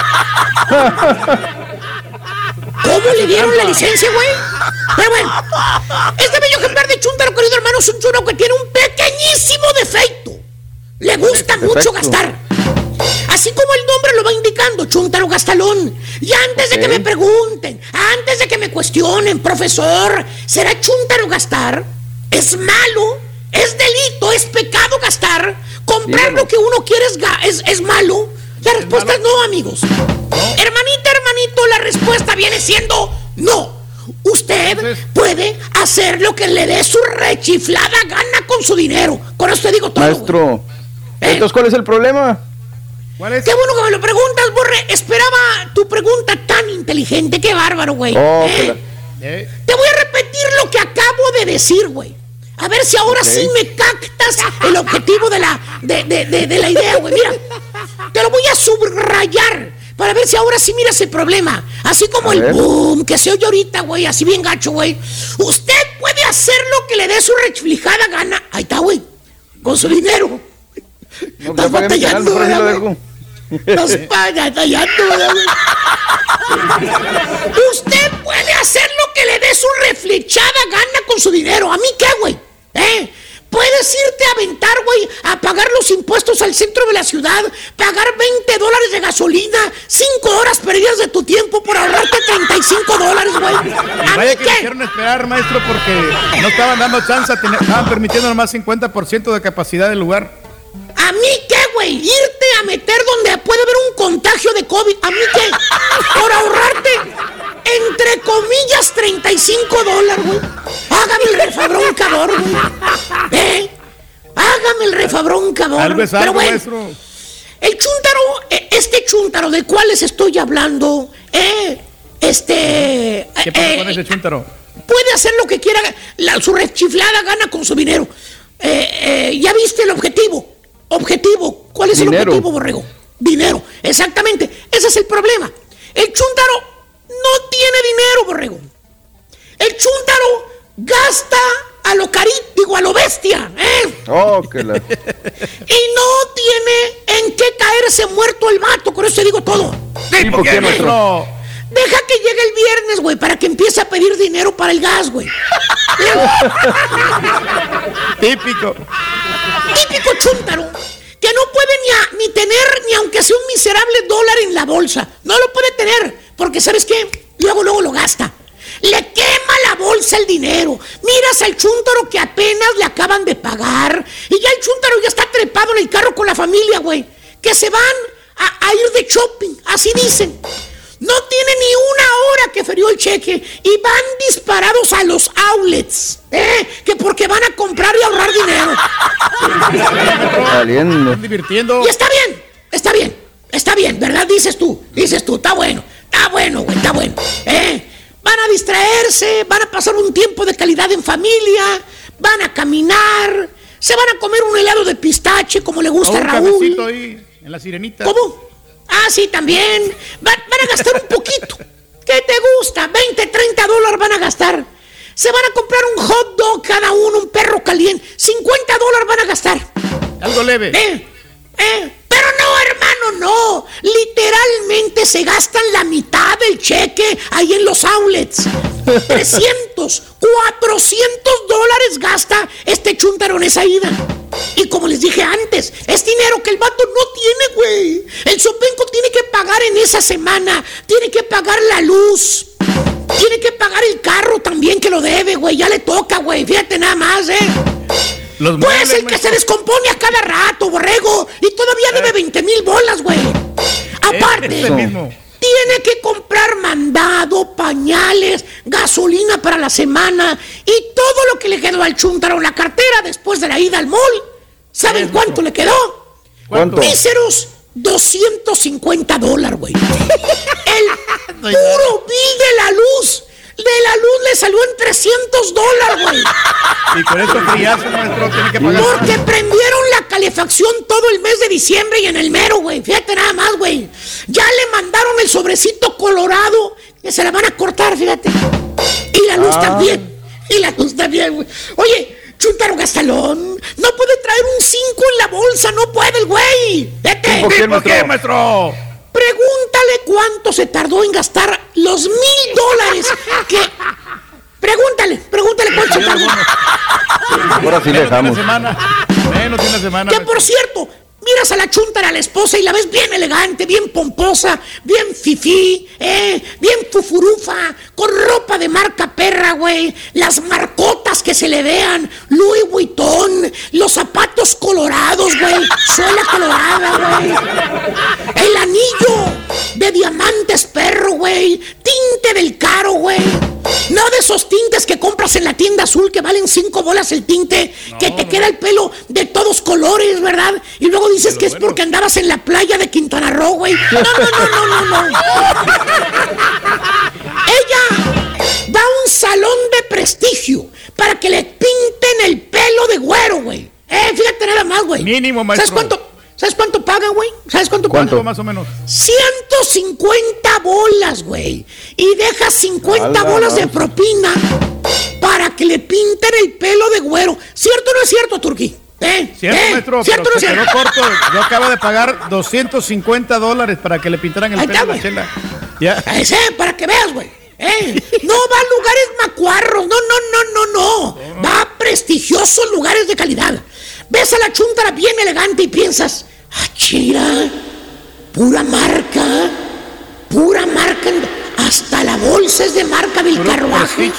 ¿Cómo le dieron la licencia, güey? Pero bueno, este bello ejemplar de chúntaro, querido hermano, es un chúntaro que tiene un pequeñísimo defecto. Le gusta mucho gastar. Así como el nombre lo va indicando, chúntaro gastalón. Y antes de que me pregunten, antes de que me cuestionen, profesor, ¿será chúntaro gastar? ¿Es malo? ¿Es delito? ¿Es pecado gastar? ¿Comprar lo que uno quiere es malo? La respuesta es no, amigos. Hermanito, la respuesta viene siendo no. Usted puede hacer lo que le dé su rechiflada gana con su dinero. Con eso te digo todo. Maestro, entonces, ¿cuál es el problema? Qué bueno que me lo preguntas, Borre. Esperaba tu pregunta tan inteligente. Qué bárbaro, güey. Te voy a repetir lo que acabo de decir, güey. A ver si ahora sí me captas el objetivo de la idea, güey. Mira, te lo voy a subrayar para ver si ahora sí miras el problema. Así como el boom que se oye ahorita, güey. Así bien gacho, güey. Usted puede hacer lo que le dé su reflejada gana. Ahí está, güey. Con su dinero. No, estás batallando, güey. Estás batallando, güey. Usted puede hacer lo que le dé su reflechada gana con su dinero. ¿A mí qué, güey? Puedes irte a aventar, güey, a pagar los impuestos al centro de la ciudad, pagar $20 de gasolina, 5 horas perdidas de tu tiempo por ahorrarte $35, güey. Vaya que quisieron esperar, maestro, porque no estaban dando chance, estaban permitiendo nomás 50% de capacidad del lugar. ¿A mí qué, güey? Irte a meter donde puede haber un contagio de COVID. ¿A mí qué? Por ahorrarte, entre comillas, $35, güey. Hágame el refabroncador, güey. Hágame el refabroncador. Algo es algo, pero bueno, maestro. El chúntaro, este chúntaro del cual les estoy hablando, ¿qué pasa con ese chúntaro? Puede hacer lo que quiera, su rechiflada gana con su dinero. ¿Ya viste el objetivo? ¿Cuál es el objetivo, borrego? Dinero, exactamente. Ese es el problema. El chúntaro no tiene dinero, borrego. El chúntaro gasta a lo a lo bestia, Y no tiene en qué caerse muerto el vato. Con eso te digo todo. ¿Y por qué, maestro? Deja que llegue el viernes, güey, para que empiece a pedir dinero para el gas, güey. Típico chúntaro, que no puede ni tener ni aunque sea un miserable dólar en la bolsa. No lo puede tener, porque ¿sabes qué? Luego lo gasta. Le quema la bolsa el dinero. Miras al chúntaro que apenas le acaban de pagar y ya el chúntaro ya está trepado en el carro con la familia, güey, que se van a ir de shopping, así dicen. No tiene ni una hora que ferió el cheque y van disparados a los outlets, que porque van a comprar y ahorrar dinero. Saliendo. Están divirtiendo. Y está bien, ¿verdad? Dices tú, está bueno, güey, está bueno. Van a distraerse, van a pasar un tiempo de calidad en familia, van a caminar, se van a comer un helado de pistache como le gusta a Raúl. Un cafecito ahí en la Sirenita. ¿Cómo? Ah, sí, también. Van a gastar un poquito. ¿Qué te gusta? $20-30 van a gastar. Se van a comprar un hot dog cada uno, un perro caliente. $50 van a gastar. Algo leve. Pero no, hermano, no. Literalmente se gastan la mitad del cheque ahí en los outlets. $300, $400 gasta este chúntaro en esa ida. Y como les dije antes, es dinero que el vato no tiene, güey. El zopenco tiene que pagar en esa semana. Tiene que pagar la luz. Tiene que pagar el carro también, que lo debe, güey. Ya le toca, güey. Fíjate nada más, Pues el que se descompone a cada rato, borrego. Y todavía debe $20,000, güey. Aparte, tiene que comprar mandado, pañales, gasolina para la semana y todo lo que le quedó al chúntaro en la cartera después de la ida al mall. ¿Saben cuánto le quedó? ¿Cuánto? Míseros $250, güey. El puro bill de la luz le salió en $300, güey. Y con esto friazo, maestro, tiene que pagar. Porque prendieron la calefacción todo el mes de diciembre y en el mero, güey. Fíjate nada más, güey. Ya le mandaron el sobrecito colorado que se la van a cortar, fíjate. Y la luz también. Y la luz también, güey. Oye, chúntaro gastalón, no puede traer un 5 en la bolsa, no puede el güey. Vete. ¿Por qué, maestro? Pregúntale cuánto se tardó en gastar los $1,000 que... Pregúntale cuánto se tardó. Ahora sí le dejamos. Menos de una semana. Que por cierto, miras a la chúntara, a la esposa, y la ves bien elegante, bien pomposa, bien fifí, bien fufurufa, con ropa de marca perra, güey, las marcotas que se le vean, Louis Vuitton, los zapatos colorados, güey, suela colorada, güey, el anillo de diamantes perro, güey, tinte del caro, güey. No de esos tintes que compras en la tienda azul que valen $5 el tinte, que te queda el pelo de todos colores, ¿verdad? Y luego dices que es porque andabas en la playa de Quintana Roo, güey. No. Ella va a un salón de prestigio para que le pinten el pelo de güero, güey. Fíjate nada más, güey. Mínimo, maestro. ¿Sabes cuánto paga, güey? ¿Sabes cuánto paga? ¿Cuánto más o menos? 150 bolas, güey. Y deja 50 bolas de propina para que le pinten el pelo de güero. ¿Cierto o no es cierto, Turquí? Cierto, maestro, ¿cierto pero se quedó corto. Yo acabo de pagar $250 para que le pintaran el pelo a la chela. Ya. Para que veas, güey. No va a lugares macuarros. No. Va a prestigiosos lugares de calidad. Ves a la chúntara bien elegante y piensas, chira, pura marca, hasta la bolsa es de marca del carruaje.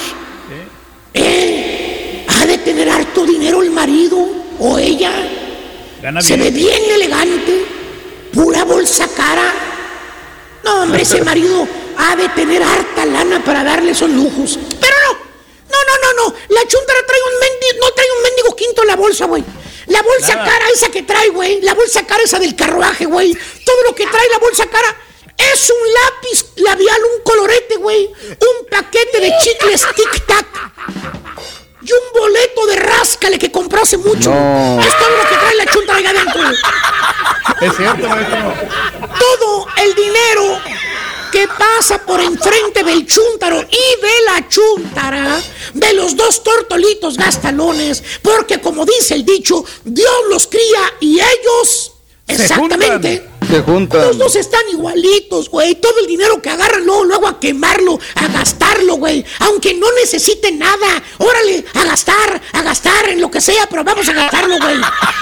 Ha de tener harto dinero el marido o ella. Se ve bien elegante, pura bolsa cara. No, hombre, ese marido ha de tener harta lana para darle esos lujos. Pero no. La chúntara no trae un mendigo quinto en la bolsa, güey. La bolsa cara esa que trae, güey. La bolsa cara esa del carruaje, güey. Todo lo que trae la bolsa cara es un lápiz labial, un colorete, güey. Un paquete de chicles tic-tac. Y un boleto de ráscale que compró hace mucho. No. Es todo lo que trae la chúntara ahí adentro. Es cierto, maestro. Todo el dinero que pasa por enfrente del chúntaro y de la chúntara, de los dos tortolitos gastalones, porque como dice el dicho, Dios los cría y ellos, exactamente, se juntan. Los dos están igualitos, güey. Todo el dinero que agarran luego a quemarlo, a gastarlo, güey. Aunque no necesiten nada. Órale, a gastar en lo que sea, pero vamos a gastarlo, güey.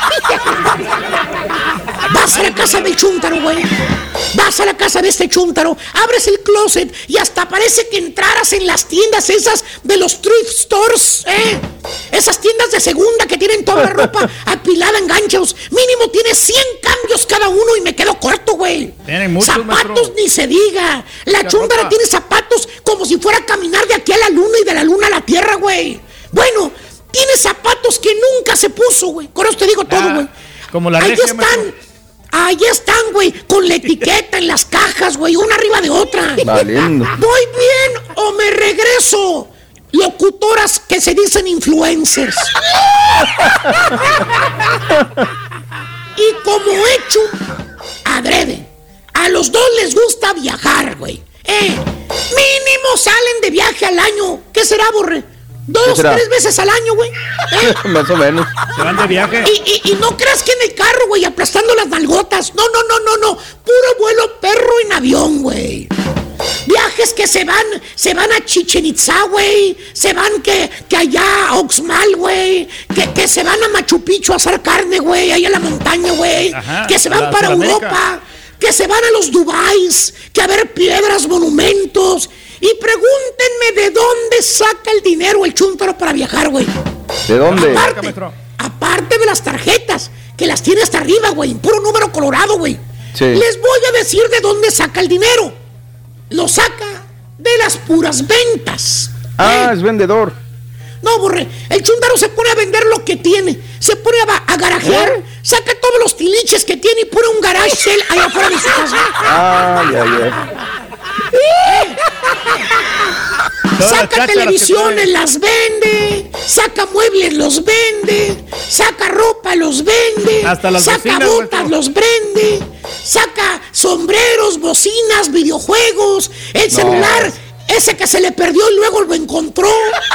Vas a la casa del chúntaro, güey. Vas a la casa de este chúntaro, abres el closet y hasta parece que entraras en las tiendas esas de los thrift stores, Esas tiendas de segunda que tienen toda la ropa apilada en ganchos. Mínimo tiene 100 cambios cada uno y me quedo corto, güey. Tienen muchos, zapatos, maestro. Ni se diga. La chúntara tiene zapatos como si fuera a caminar de aquí a la luna y de la luna a la tierra, güey. Bueno, tiene zapatos que nunca se puso, güey. Con eso te digo todo, güey. Como la Ahí regia, están. maestro. Ahí están, güey, con la etiqueta en las cajas, güey, una arriba de otra. Valiendo. ¿Voy bien o me regreso? Locutoras que se dicen influencers. Y como hecho, adrede, a los dos les gusta viajar, güey. Mínimo salen de viaje al año. ¿Qué será, Borre? 2, 3 veces al año, güey. Más o menos. Se van de viaje. Y no creas que en el carro, güey, aplastando las nalgotas. No. Puro vuelo perro en avión, güey. Viajes que se van a Chichen Itza, güey. Se van que allá a Oxmal, güey. Que se van a Machu Picchu a asar carne, güey, ahí a la montaña, güey. Que se van para Europa. Que se van a los Dubáis. Que a ver piedras, monumentos. Y pregúntenme de dónde saca el dinero el chúntaro para viajar, güey. ¿De dónde? Aparte de las tarjetas, que las tiene hasta arriba, güey. Puro número colorado, güey. Sí. Les voy a decir de dónde saca el dinero. lo saca de las puras ventas. Es vendedor. No, Borre, el Chuntaro se pone a vender lo que tiene. Se pone a garajear, saca todos los tiliches que tiene y pone un garage sale allá afuera de su casa. Saca televisiones, las vende. Saca muebles, los vende. Saca ropa, los vende. Hasta las saca bocinas, botas, los vende. Saca sombreros, bocinas, videojuegos, el celular. Ese que se le perdió y luego lo encontró.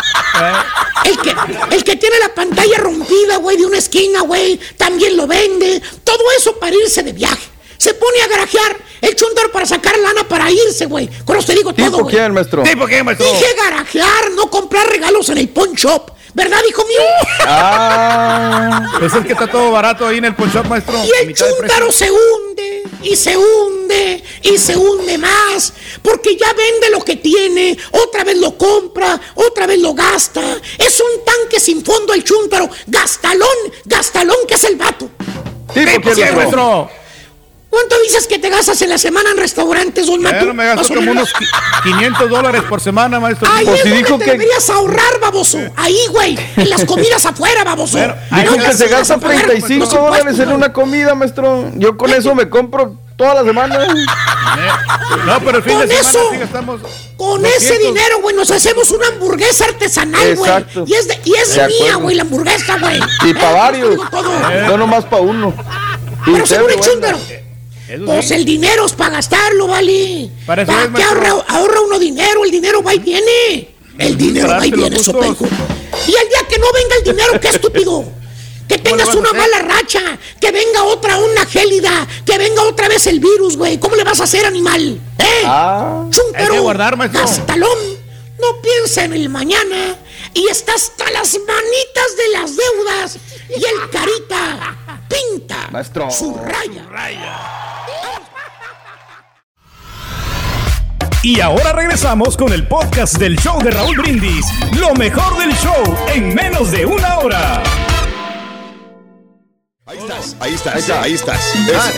El que tiene la pantalla rompida, güey, de una esquina, güey, también lo vende. Todo eso para irse de viaje. Se pone a garajear el Chuntaro para sacar lana para irse, güey. Con eso te digo todo, güey. ¿Tipo quién, maestro? Dije garajear, no comprar regalos en el pawn shop. ¿Verdad, hijo mío? Es el que está todo barato ahí en el pawn shop, maestro. Y el Chuntaro se hunde, y se hunde, y se hunde más, porque ya vende lo que tiene, otra vez lo compra, otra vez lo gasta. Es un tanque sin fondo el Chuntaro. Gastalón que es el vato. Maestro. ¿Cuánto dices que te gastas en la semana en restaurantes, don Mato? No me gasto como unos $500 por semana, maestro. Ahí es donde te deberías ahorrar, baboso. Ahí, güey, en las comidas afuera, baboso. Dijo que se gasta $35 en una comida, maestro. Yo con eso me compro toda la semana. No, pero el fin de semana sí gastamos. Con ese dinero, güey, nos hacemos una hamburguesa artesanal, güey. Y es mía, güey, la hamburguesa, güey. Y para varios. No nomás para uno. Pero seguro, Chuntaro. Pues el dinero es para gastarlo, ¿vale? ¿Para qué ahorra uno dinero? El dinero va y viene. El dinero va y viene, sopenco. Y el día que no venga el dinero, qué estúpido. Que tengas una mala racha, que venga una gélida, que venga otra vez el virus, güey. ¿Cómo le vas a hacer, animal? Chuntaro, gastalón, no piensa en el mañana y está hasta las manitas de las deudas. Y el carita pinta maestro su raya. Y ahora regresamos con el podcast del show de Raúl Brindis. Lo mejor del show en menos de una hora. Ahí estás.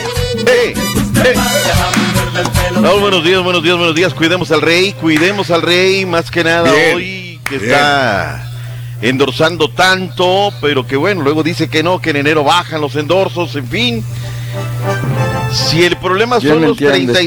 Raúl, buenos días. Cuidemos al rey, más que nada hoy, que está endorsando tanto, pero que bueno, luego dice que no, que en enero bajan los endorsos, en fin. Si el problema son los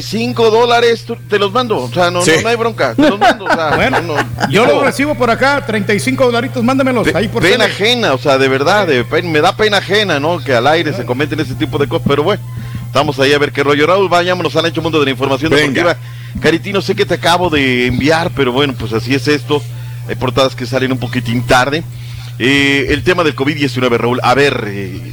$35, te los mando, o sea, no hay bronca, te los mando, o sea, bueno, yo lo recibo por acá, $35, mándamelos ahí por pena ajena, o sea, de verdad, me da pena ajena, ¿no? Que al aire se comenten ese tipo de cosas, pero bueno, estamos ahí a ver qué rollo. Raúl, vayámonos al ancho mundo de la información deportiva. Caritino, sé que te acabo de enviar, pero bueno, pues así es esto, hay portadas que salen un poquitín tarde. El tema del COVID-19, Raúl, a ver,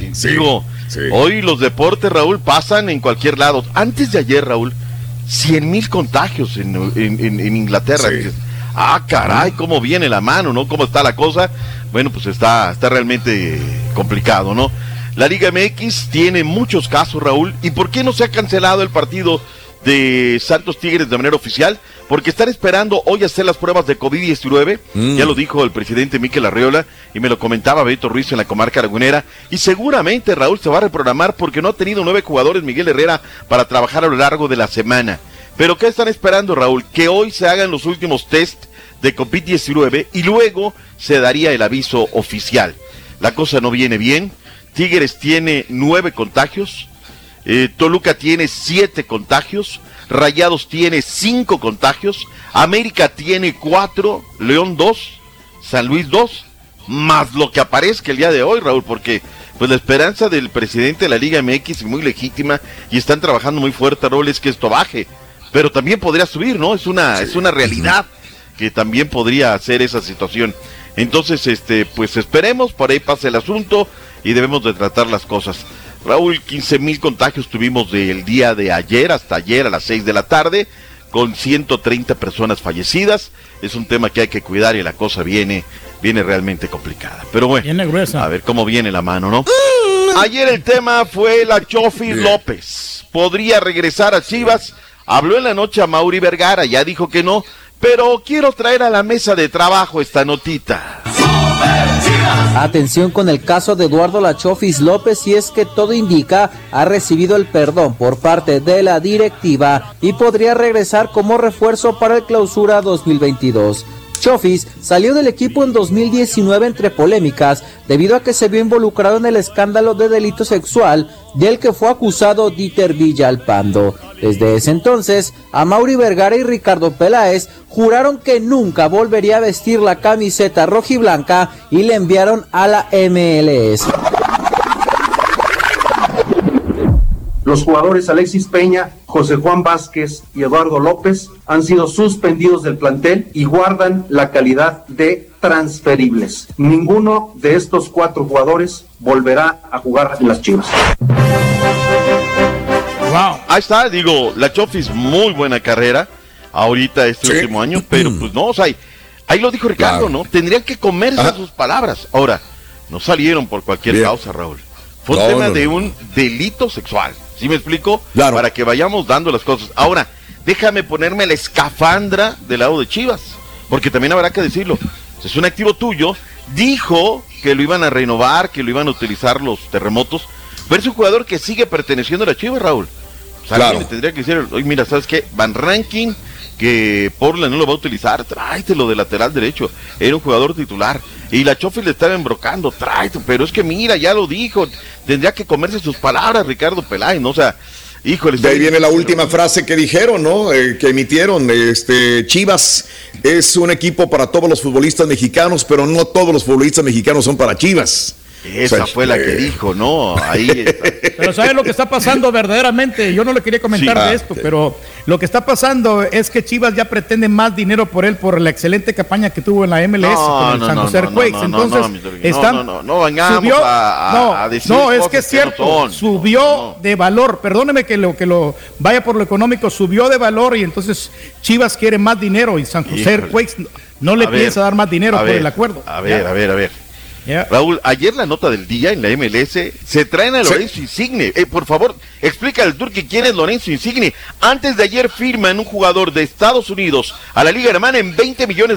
hoy los deportes, Raúl, pasan en cualquier lado. Antes de ayer, Raúl, 100,000 contagios en Inglaterra. Sí. Caray, cómo viene la mano, ¿no? ¿Cómo está la cosa? Bueno, pues está realmente complicado, ¿no? La Liga MX tiene muchos casos, Raúl. ¿Y por qué no se ha cancelado el partido de Santos Tigres de manera oficial? Porque están esperando hoy hacer las pruebas de COVID-19, ya lo dijo el presidente Mikel Arriola, y me lo comentaba Beto Ruiz en la comarca lagunera, y seguramente Raúl se va a reprogramar porque no ha tenido 9 jugadores Miguel Herrera para trabajar a lo largo de la semana. Pero ¿qué están esperando, Raúl? Que hoy se hagan los últimos test de COVID-19 y luego se daría el aviso oficial. La cosa no viene bien. Tigres tiene 9 contagios, Toluca tiene 7 contagios, Rayados tiene 5 contagios, América tiene 4, León 2, San Luis 2, más lo que aparezca el día de hoy, Raúl, porque pues la esperanza del presidente de la Liga MX es muy legítima y están trabajando muy fuerte, Raúl, es que esto baje, pero también podría subir, ¿no? Es una realidad que también podría ser esa situación. Entonces, pues esperemos, por ahí pase el asunto y debemos de tratar las cosas. Raúl, 15,000 contagios tuvimos del día de ayer hasta ayer a las 6 de la tarde, con 130 personas fallecidas. Es un tema que hay que cuidar y la cosa viene realmente complicada. Pero bueno, a ver cómo viene la mano, ¿no? Ayer el tema fue la Chofi López. ¿Podría regresar a Chivas? Habló en la noche a Mauri Vergara, ya dijo que no, pero quiero traer a la mesa de trabajo esta notita. Atención con el caso de Eduardo La Chofis López, y es que todo indica ha recibido el perdón por parte de la directiva y podría regresar como refuerzo para el Clausura 2022. Chofis salió del equipo en 2019 entre polémicas debido a que se vio involucrado en el escándalo de delito sexual del que fue acusado Dieter Villalpando. Desde ese entonces, Amaury Vergara y Ricardo Peláez juraron que nunca volvería a vestir la camiseta rojiblanca y le enviaron a la MLS. Los jugadores Alexis Peña, José Juan Vázquez y Eduardo López han sido suspendidos del plantel y guardan la calidad de transferibles. Ninguno de estos 4 jugadores volverá a jugar en las Chivas. Wow. Ahí está, digo, La Chofis, muy buena carrera ahorita último año, pero pues no, o sea, ahí lo dijo Ricardo, ¿no? Tendrían que comerse sus palabras. Ahora, no salieron por cualquier causa, Raúl. Fue un tema de un delito sexual. ¿Sí me explico? Claro. Para que vayamos dando las cosas. Ahora, déjame ponerme la escafandra del lado de Chivas, porque también habrá que decirlo. Es un activo tuyo, dijo que lo iban a renovar, que lo iban a utilizar los terremotos, pero es un jugador que sigue perteneciendo a la Chivas, Raúl. O sea, alguien le tendría que decir, oye, mira, ¿sabes qué? Van Rankin, que Portland no lo va a utilizar, tráetelo de lateral derecho, era un jugador titular, y La Chofis le estaba embrocando, tráetelo, pero es que mira, ya lo dijo, tendría que comerse sus palabras Ricardo Peláez, ¿no? O sea, híjole. De ahí viene la última frase que dijeron, ¿no? Que emitieron, Chivas es un equipo para todos los futbolistas mexicanos, pero no todos los futbolistas mexicanos son para Chivas. Esa fue la que dijo, ¿no? Ahí está. Pero ¿sabes lo que está pasando verdaderamente? Yo no le quería comentar de esto, pero lo que está pasando es que Chivas ya pretende más dinero por él por la excelente campaña que tuvo en la MLS con el San José Quakes. Entonces, no vengamos a decir no, es que es cierto, subió de valor. Perdóneme que lo vaya por lo económico, subió de valor y entonces Chivas quiere más dinero y San José Quakes no le piensa dar más dinero por el acuerdo. A ver. Raúl, ayer la nota del día en la MLS, se traen a Lorenzo Insigne. Por favor, explica al Turqui quién es Lorenzo Insigne. Antes de ayer firman un jugador de Estados Unidos a la Liga Hermana en $20 millones.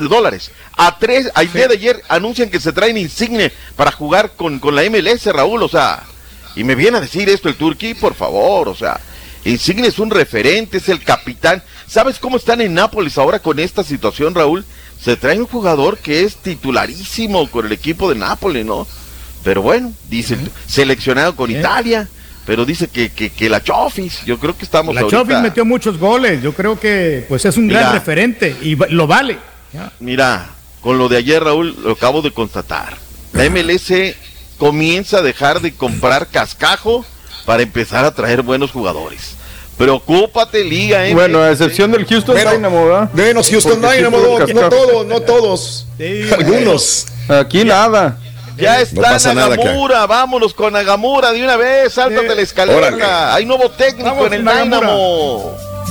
Al día de ayer anuncian que se traen Insigne para jugar con la MLS, Raúl, o sea, y me viene a decir esto el Turqui, por favor, o sea, Insigne es un referente, es el capitán. ¿Sabes cómo están en Nápoles ahora con esta situación, Raúl? Se trae un jugador que es titularísimo con el equipo de Nápoles, ¿no? Pero bueno, dice, seleccionado con Italia, pero dice que La Chofis, yo creo que estamos La Chofis metió muchos goles, yo creo que pues es un gran referente y lo vale. Mira, con lo de ayer, Raúl, lo acabo de constatar. La MLS comienza a dejar de comprar cascajo para empezar a traer buenos jugadores. Preocúpate, Liga MX. Bueno, a excepción del Houston Dynamo, ¿verdad? Menos Houston Dynamo, no todos. Sí, algunos. Aquí nada. Ya está Nagamura, vámonos con Nagamura de una vez, sáltate la escalera. Órale. Hay nuevo técnico en el Dynamo.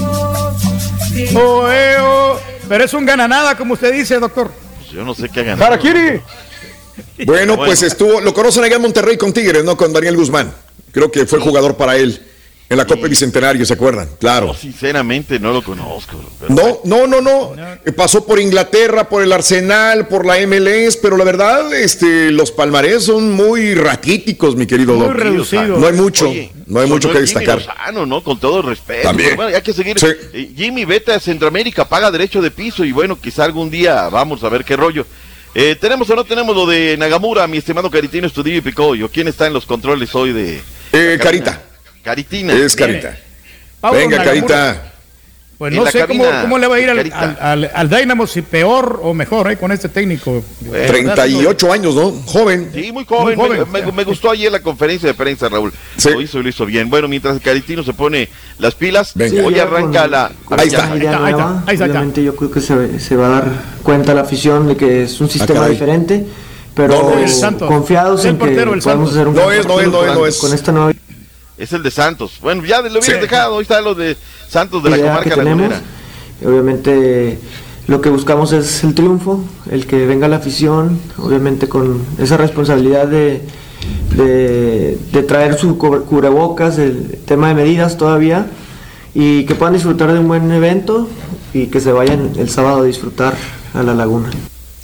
Pero es un gananada, como usted dice, doctor. Pues yo no sé qué ha ganado. ¡Harakiri! Bueno, pues lo conocen allá en Monterrey con Tigres, ¿no? Con Daniel Guzmán. Creo que fue jugador para él. En la Copa Bicentenario, ¿se acuerdan? Claro. No, sinceramente no lo conozco. No. Pasó por Inglaterra, por el Arsenal, por la MLS, pero la verdad, los palmarés son muy raquíticos, mi querido Doc. Muy reducidos. No hay mucho, que destacar. Lozano, ¿no? Con todo respeto. También. Bueno, hay que seguir. Sí. Jimmy, vete a Centroamérica, paga derecho de piso y bueno, quizá algún día vamos a ver qué rollo. ¿Tenemos o no tenemos lo de Nagamura, mi estimado Caritino Estudillo y Picoyo? ¿Quién está en los controles hoy de...? Carita. Caritina. Es Carita. Venga, Carita. Pues no sé cómo le va a ir al Dynamo, si peor o mejor con este técnico. 38 años, ¿no? Joven. Sí, muy joven. Me gustó ayer la conferencia de prensa, Raúl. Sí. Lo hizo bien. Bueno, mientras el Caritino se pone las pilas, hoy arranca la... Ahí está. Obviamente yo creo que se va a dar cuenta la afición de que es un sistema diferente, pero confiados en que podemos hacer un no es con esta nueva... Es el de Santos. Bueno, ya lo hubieras dejado. Hoy está lo de Santos de la comarca lagunera. Obviamente lo que buscamos es el triunfo, el que venga la afición, obviamente con esa responsabilidad de traer su cubrebocas, el tema de medidas todavía, y que puedan disfrutar de un buen evento y que se vayan el sábado a disfrutar a la laguna.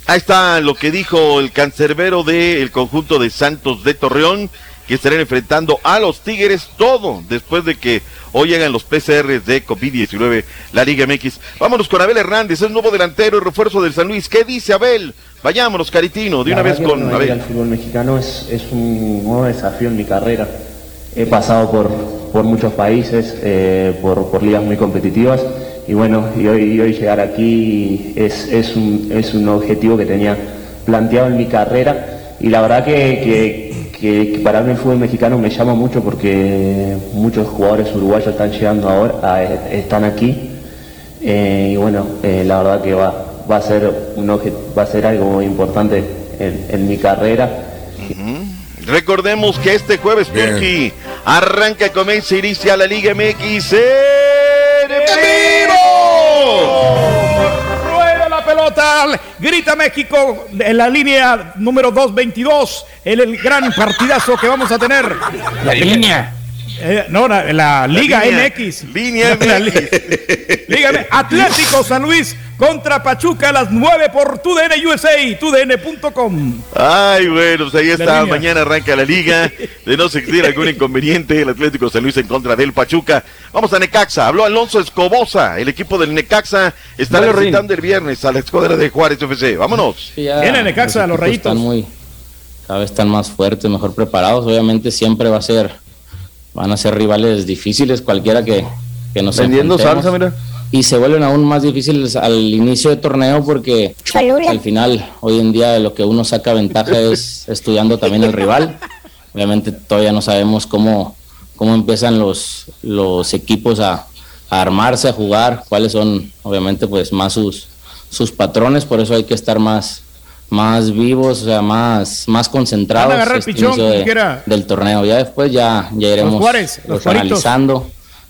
Ahí está lo que dijo el cancerbero del conjunto de Santos de Torreón, que estarán enfrentando a los Tigres, todo después de que hoy llegan los PCRs de COVID-19, la Liga MX. Vámonos con Abel Hernández, es nuevo delantero y refuerzo del San Luis. ¿Qué dice Abel? Vayámonos, Caritino, de una vez con Abel. El fútbol mexicano es un nuevo desafío en mi carrera. He pasado por muchos países, por ligas muy competitivas, y bueno, y hoy llegar aquí es un objetivo que tenía planteado en mi carrera, y la verdad que para mí el fútbol mexicano me llama mucho porque muchos jugadores uruguayos están llegando ahora, están aquí, y bueno, la verdad que va a ser algo muy importante en mi carrera. Recordemos que este jueves Turquía arranca, comienza, inicia la Liga MX en vivo. Rueda la pelota, grita México en la línea número 222, el gran partidazo que vamos a tener. La línea. La Liga MX. Liga Atlético San Luis contra Pachuca a las 9 por TUDN USA, TUDN.com. Ay, bueno, pues ahí está. Mañana arranca la liga. De no existir algún inconveniente, el Atlético San Luis en contra del Pachuca. Vamos a Necaxa. Habló Alonso Escobosa. El equipo del Necaxa está visitando el viernes a la escuadra de Juárez FC. Vámonos. Viene Necaxa, los Rayitos. Cada vez están más fuertes, mejor preparados. Obviamente siempre van a ser rivales difíciles, cualquiera que nos vendiendo salsa, mira. Y se vuelven aún más difíciles al inicio de torneo porque al final, hoy en día, lo que uno saca ventaja es estudiando también el rival. Obviamente todavía no sabemos cómo empiezan los equipos a armarse, a jugar, cuáles son, obviamente, pues más sus patrones, por eso hay que estar más vivos, o sea, más concentrados este inicio del torneo. Ya después ya iremos los analizando.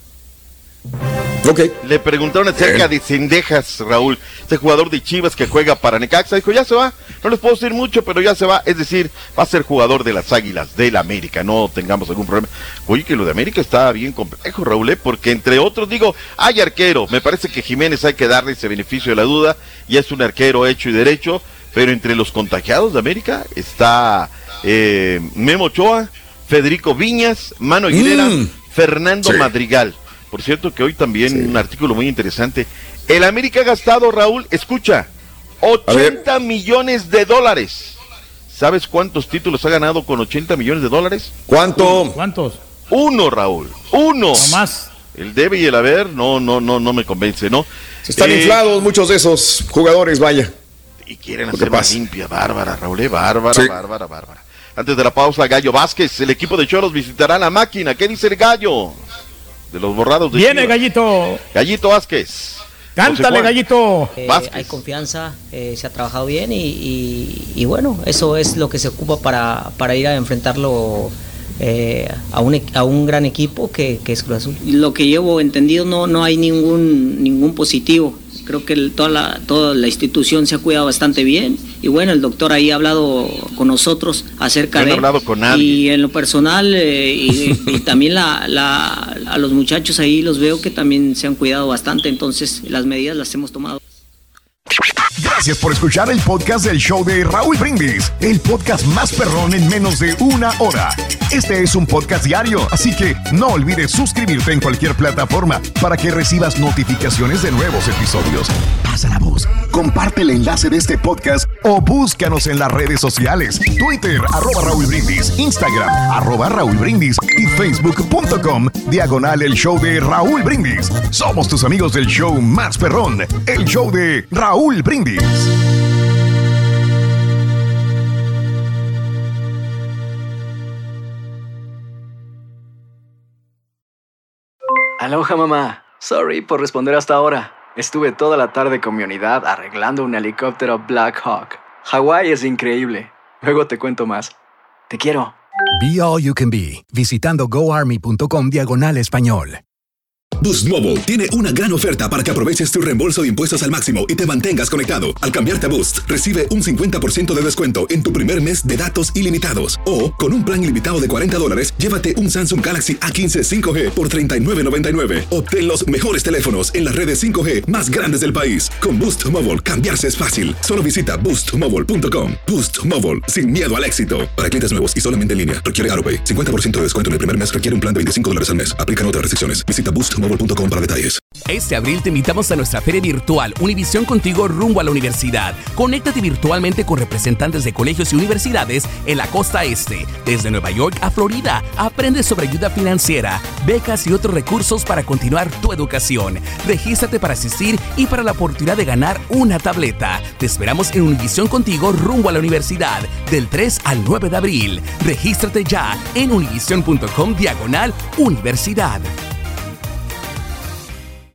Okay. Le preguntaron acerca de Cendejas, Raúl, este jugador de Chivas que juega para Necaxa. Dijo, ya se va, no les puedo decir mucho, pero ya se va. Es decir, va a ser jugador de las Águilas del América, no tengamos algún problema. Oye, que lo de América está bien complejo, Raúl, porque entre otros, hay arquero. Me parece que Jiménez hay que darle ese beneficio de la duda, y es un arquero hecho y derecho, pero entre los contagiados de América está Memo Ochoa, Federico Viñas, Mano Aguilera, Fernando Madrigal. Por cierto que hoy también un artículo muy interesante. El América ha gastado, Raúl, escucha, 80 millones de dólares. ¿Sabes cuántos títulos ha ganado con 80 millones de dólares? ¿Cuántos? Uno, Raúl, uno. No más. El debe y el haber no me convence, ¿no? Están inflados muchos de esos jugadores, vaya. Y quieren hacer más limpia, bárbara, Raúl, bárbara. Antes de la pausa, Gallo Vázquez, el equipo de Cholos visitará la máquina. ¿Qué dice el Gallo? De los borrados de Viene Chivas. Gallito Vázquez. Cántale, Gallito. Hay confianza, se ha trabajado bien y bueno, eso es lo que se ocupa para ir a enfrentarlo a un gran equipo que es Cruz Azul. Lo que llevo entendido, no hay ningún positivo. Creo que toda la institución se ha cuidado bastante bien y bueno, el doctor ahí ha hablado con nosotros acerca de hablado con nadie. Y en lo personal y también a los muchachos ahí los veo que también se han cuidado bastante, entonces las medidas las hemos tomado. Gracias por escuchar el podcast del show de Raúl Brindis, el podcast más perrón en menos de una hora. Este es un podcast diario, así que no olvides suscribirte en cualquier plataforma para que recibas notificaciones de nuevos episodios. Pasa la voz, comparte el enlace de este podcast o búscanos en las redes sociales. Twitter, @Raúl Brindis, Instagram, @Raúl Brindis y Facebook.com/el show de Raúl Brindis. Somos tus amigos del show más perrón, el show de Raúl Brindis. Aloha, mamá. Sorry por responder hasta ahora. Estuve toda la tarde con mi unidad arreglando un helicóptero Black Hawk. Hawái es increíble. Luego te cuento más. Te quiero. Be All You Can Be, visitando goarmy.com/español. Boost Mobile tiene una gran oferta para que aproveches tu reembolso de impuestos al máximo y te mantengas conectado. Al cambiarte a Boost, recibe un 50% de descuento en tu primer mes de datos ilimitados. O, con un plan ilimitado de $40, llévate un Samsung Galaxy A15 5G por $39.99. Obtén los mejores teléfonos en las redes 5G más grandes del país. Con Boost Mobile, cambiarse es fácil. Solo visita boostmobile.com. Boost Mobile, sin miedo al éxito. Para clientes nuevos y solamente en línea, requiere AutoPay. 50% de descuento en el primer mes, requiere un plan de $25 al mes. Aplican otras restricciones. Visita boostmobile.com para detalles. Este abril te invitamos a nuestra feria virtual Univisión Contigo rumbo a la universidad. Conéctate virtualmente con representantes de colegios y universidades en la costa este, desde Nueva York a Florida. Aprende sobre ayuda financiera, becas y otros recursos para continuar tu educación. Regístrate para asistir y para la oportunidad de ganar una tableta. Te esperamos en Univisión Contigo rumbo a la universidad del 3 al 9 de abril. Regístrate ya en univision.com/universidad.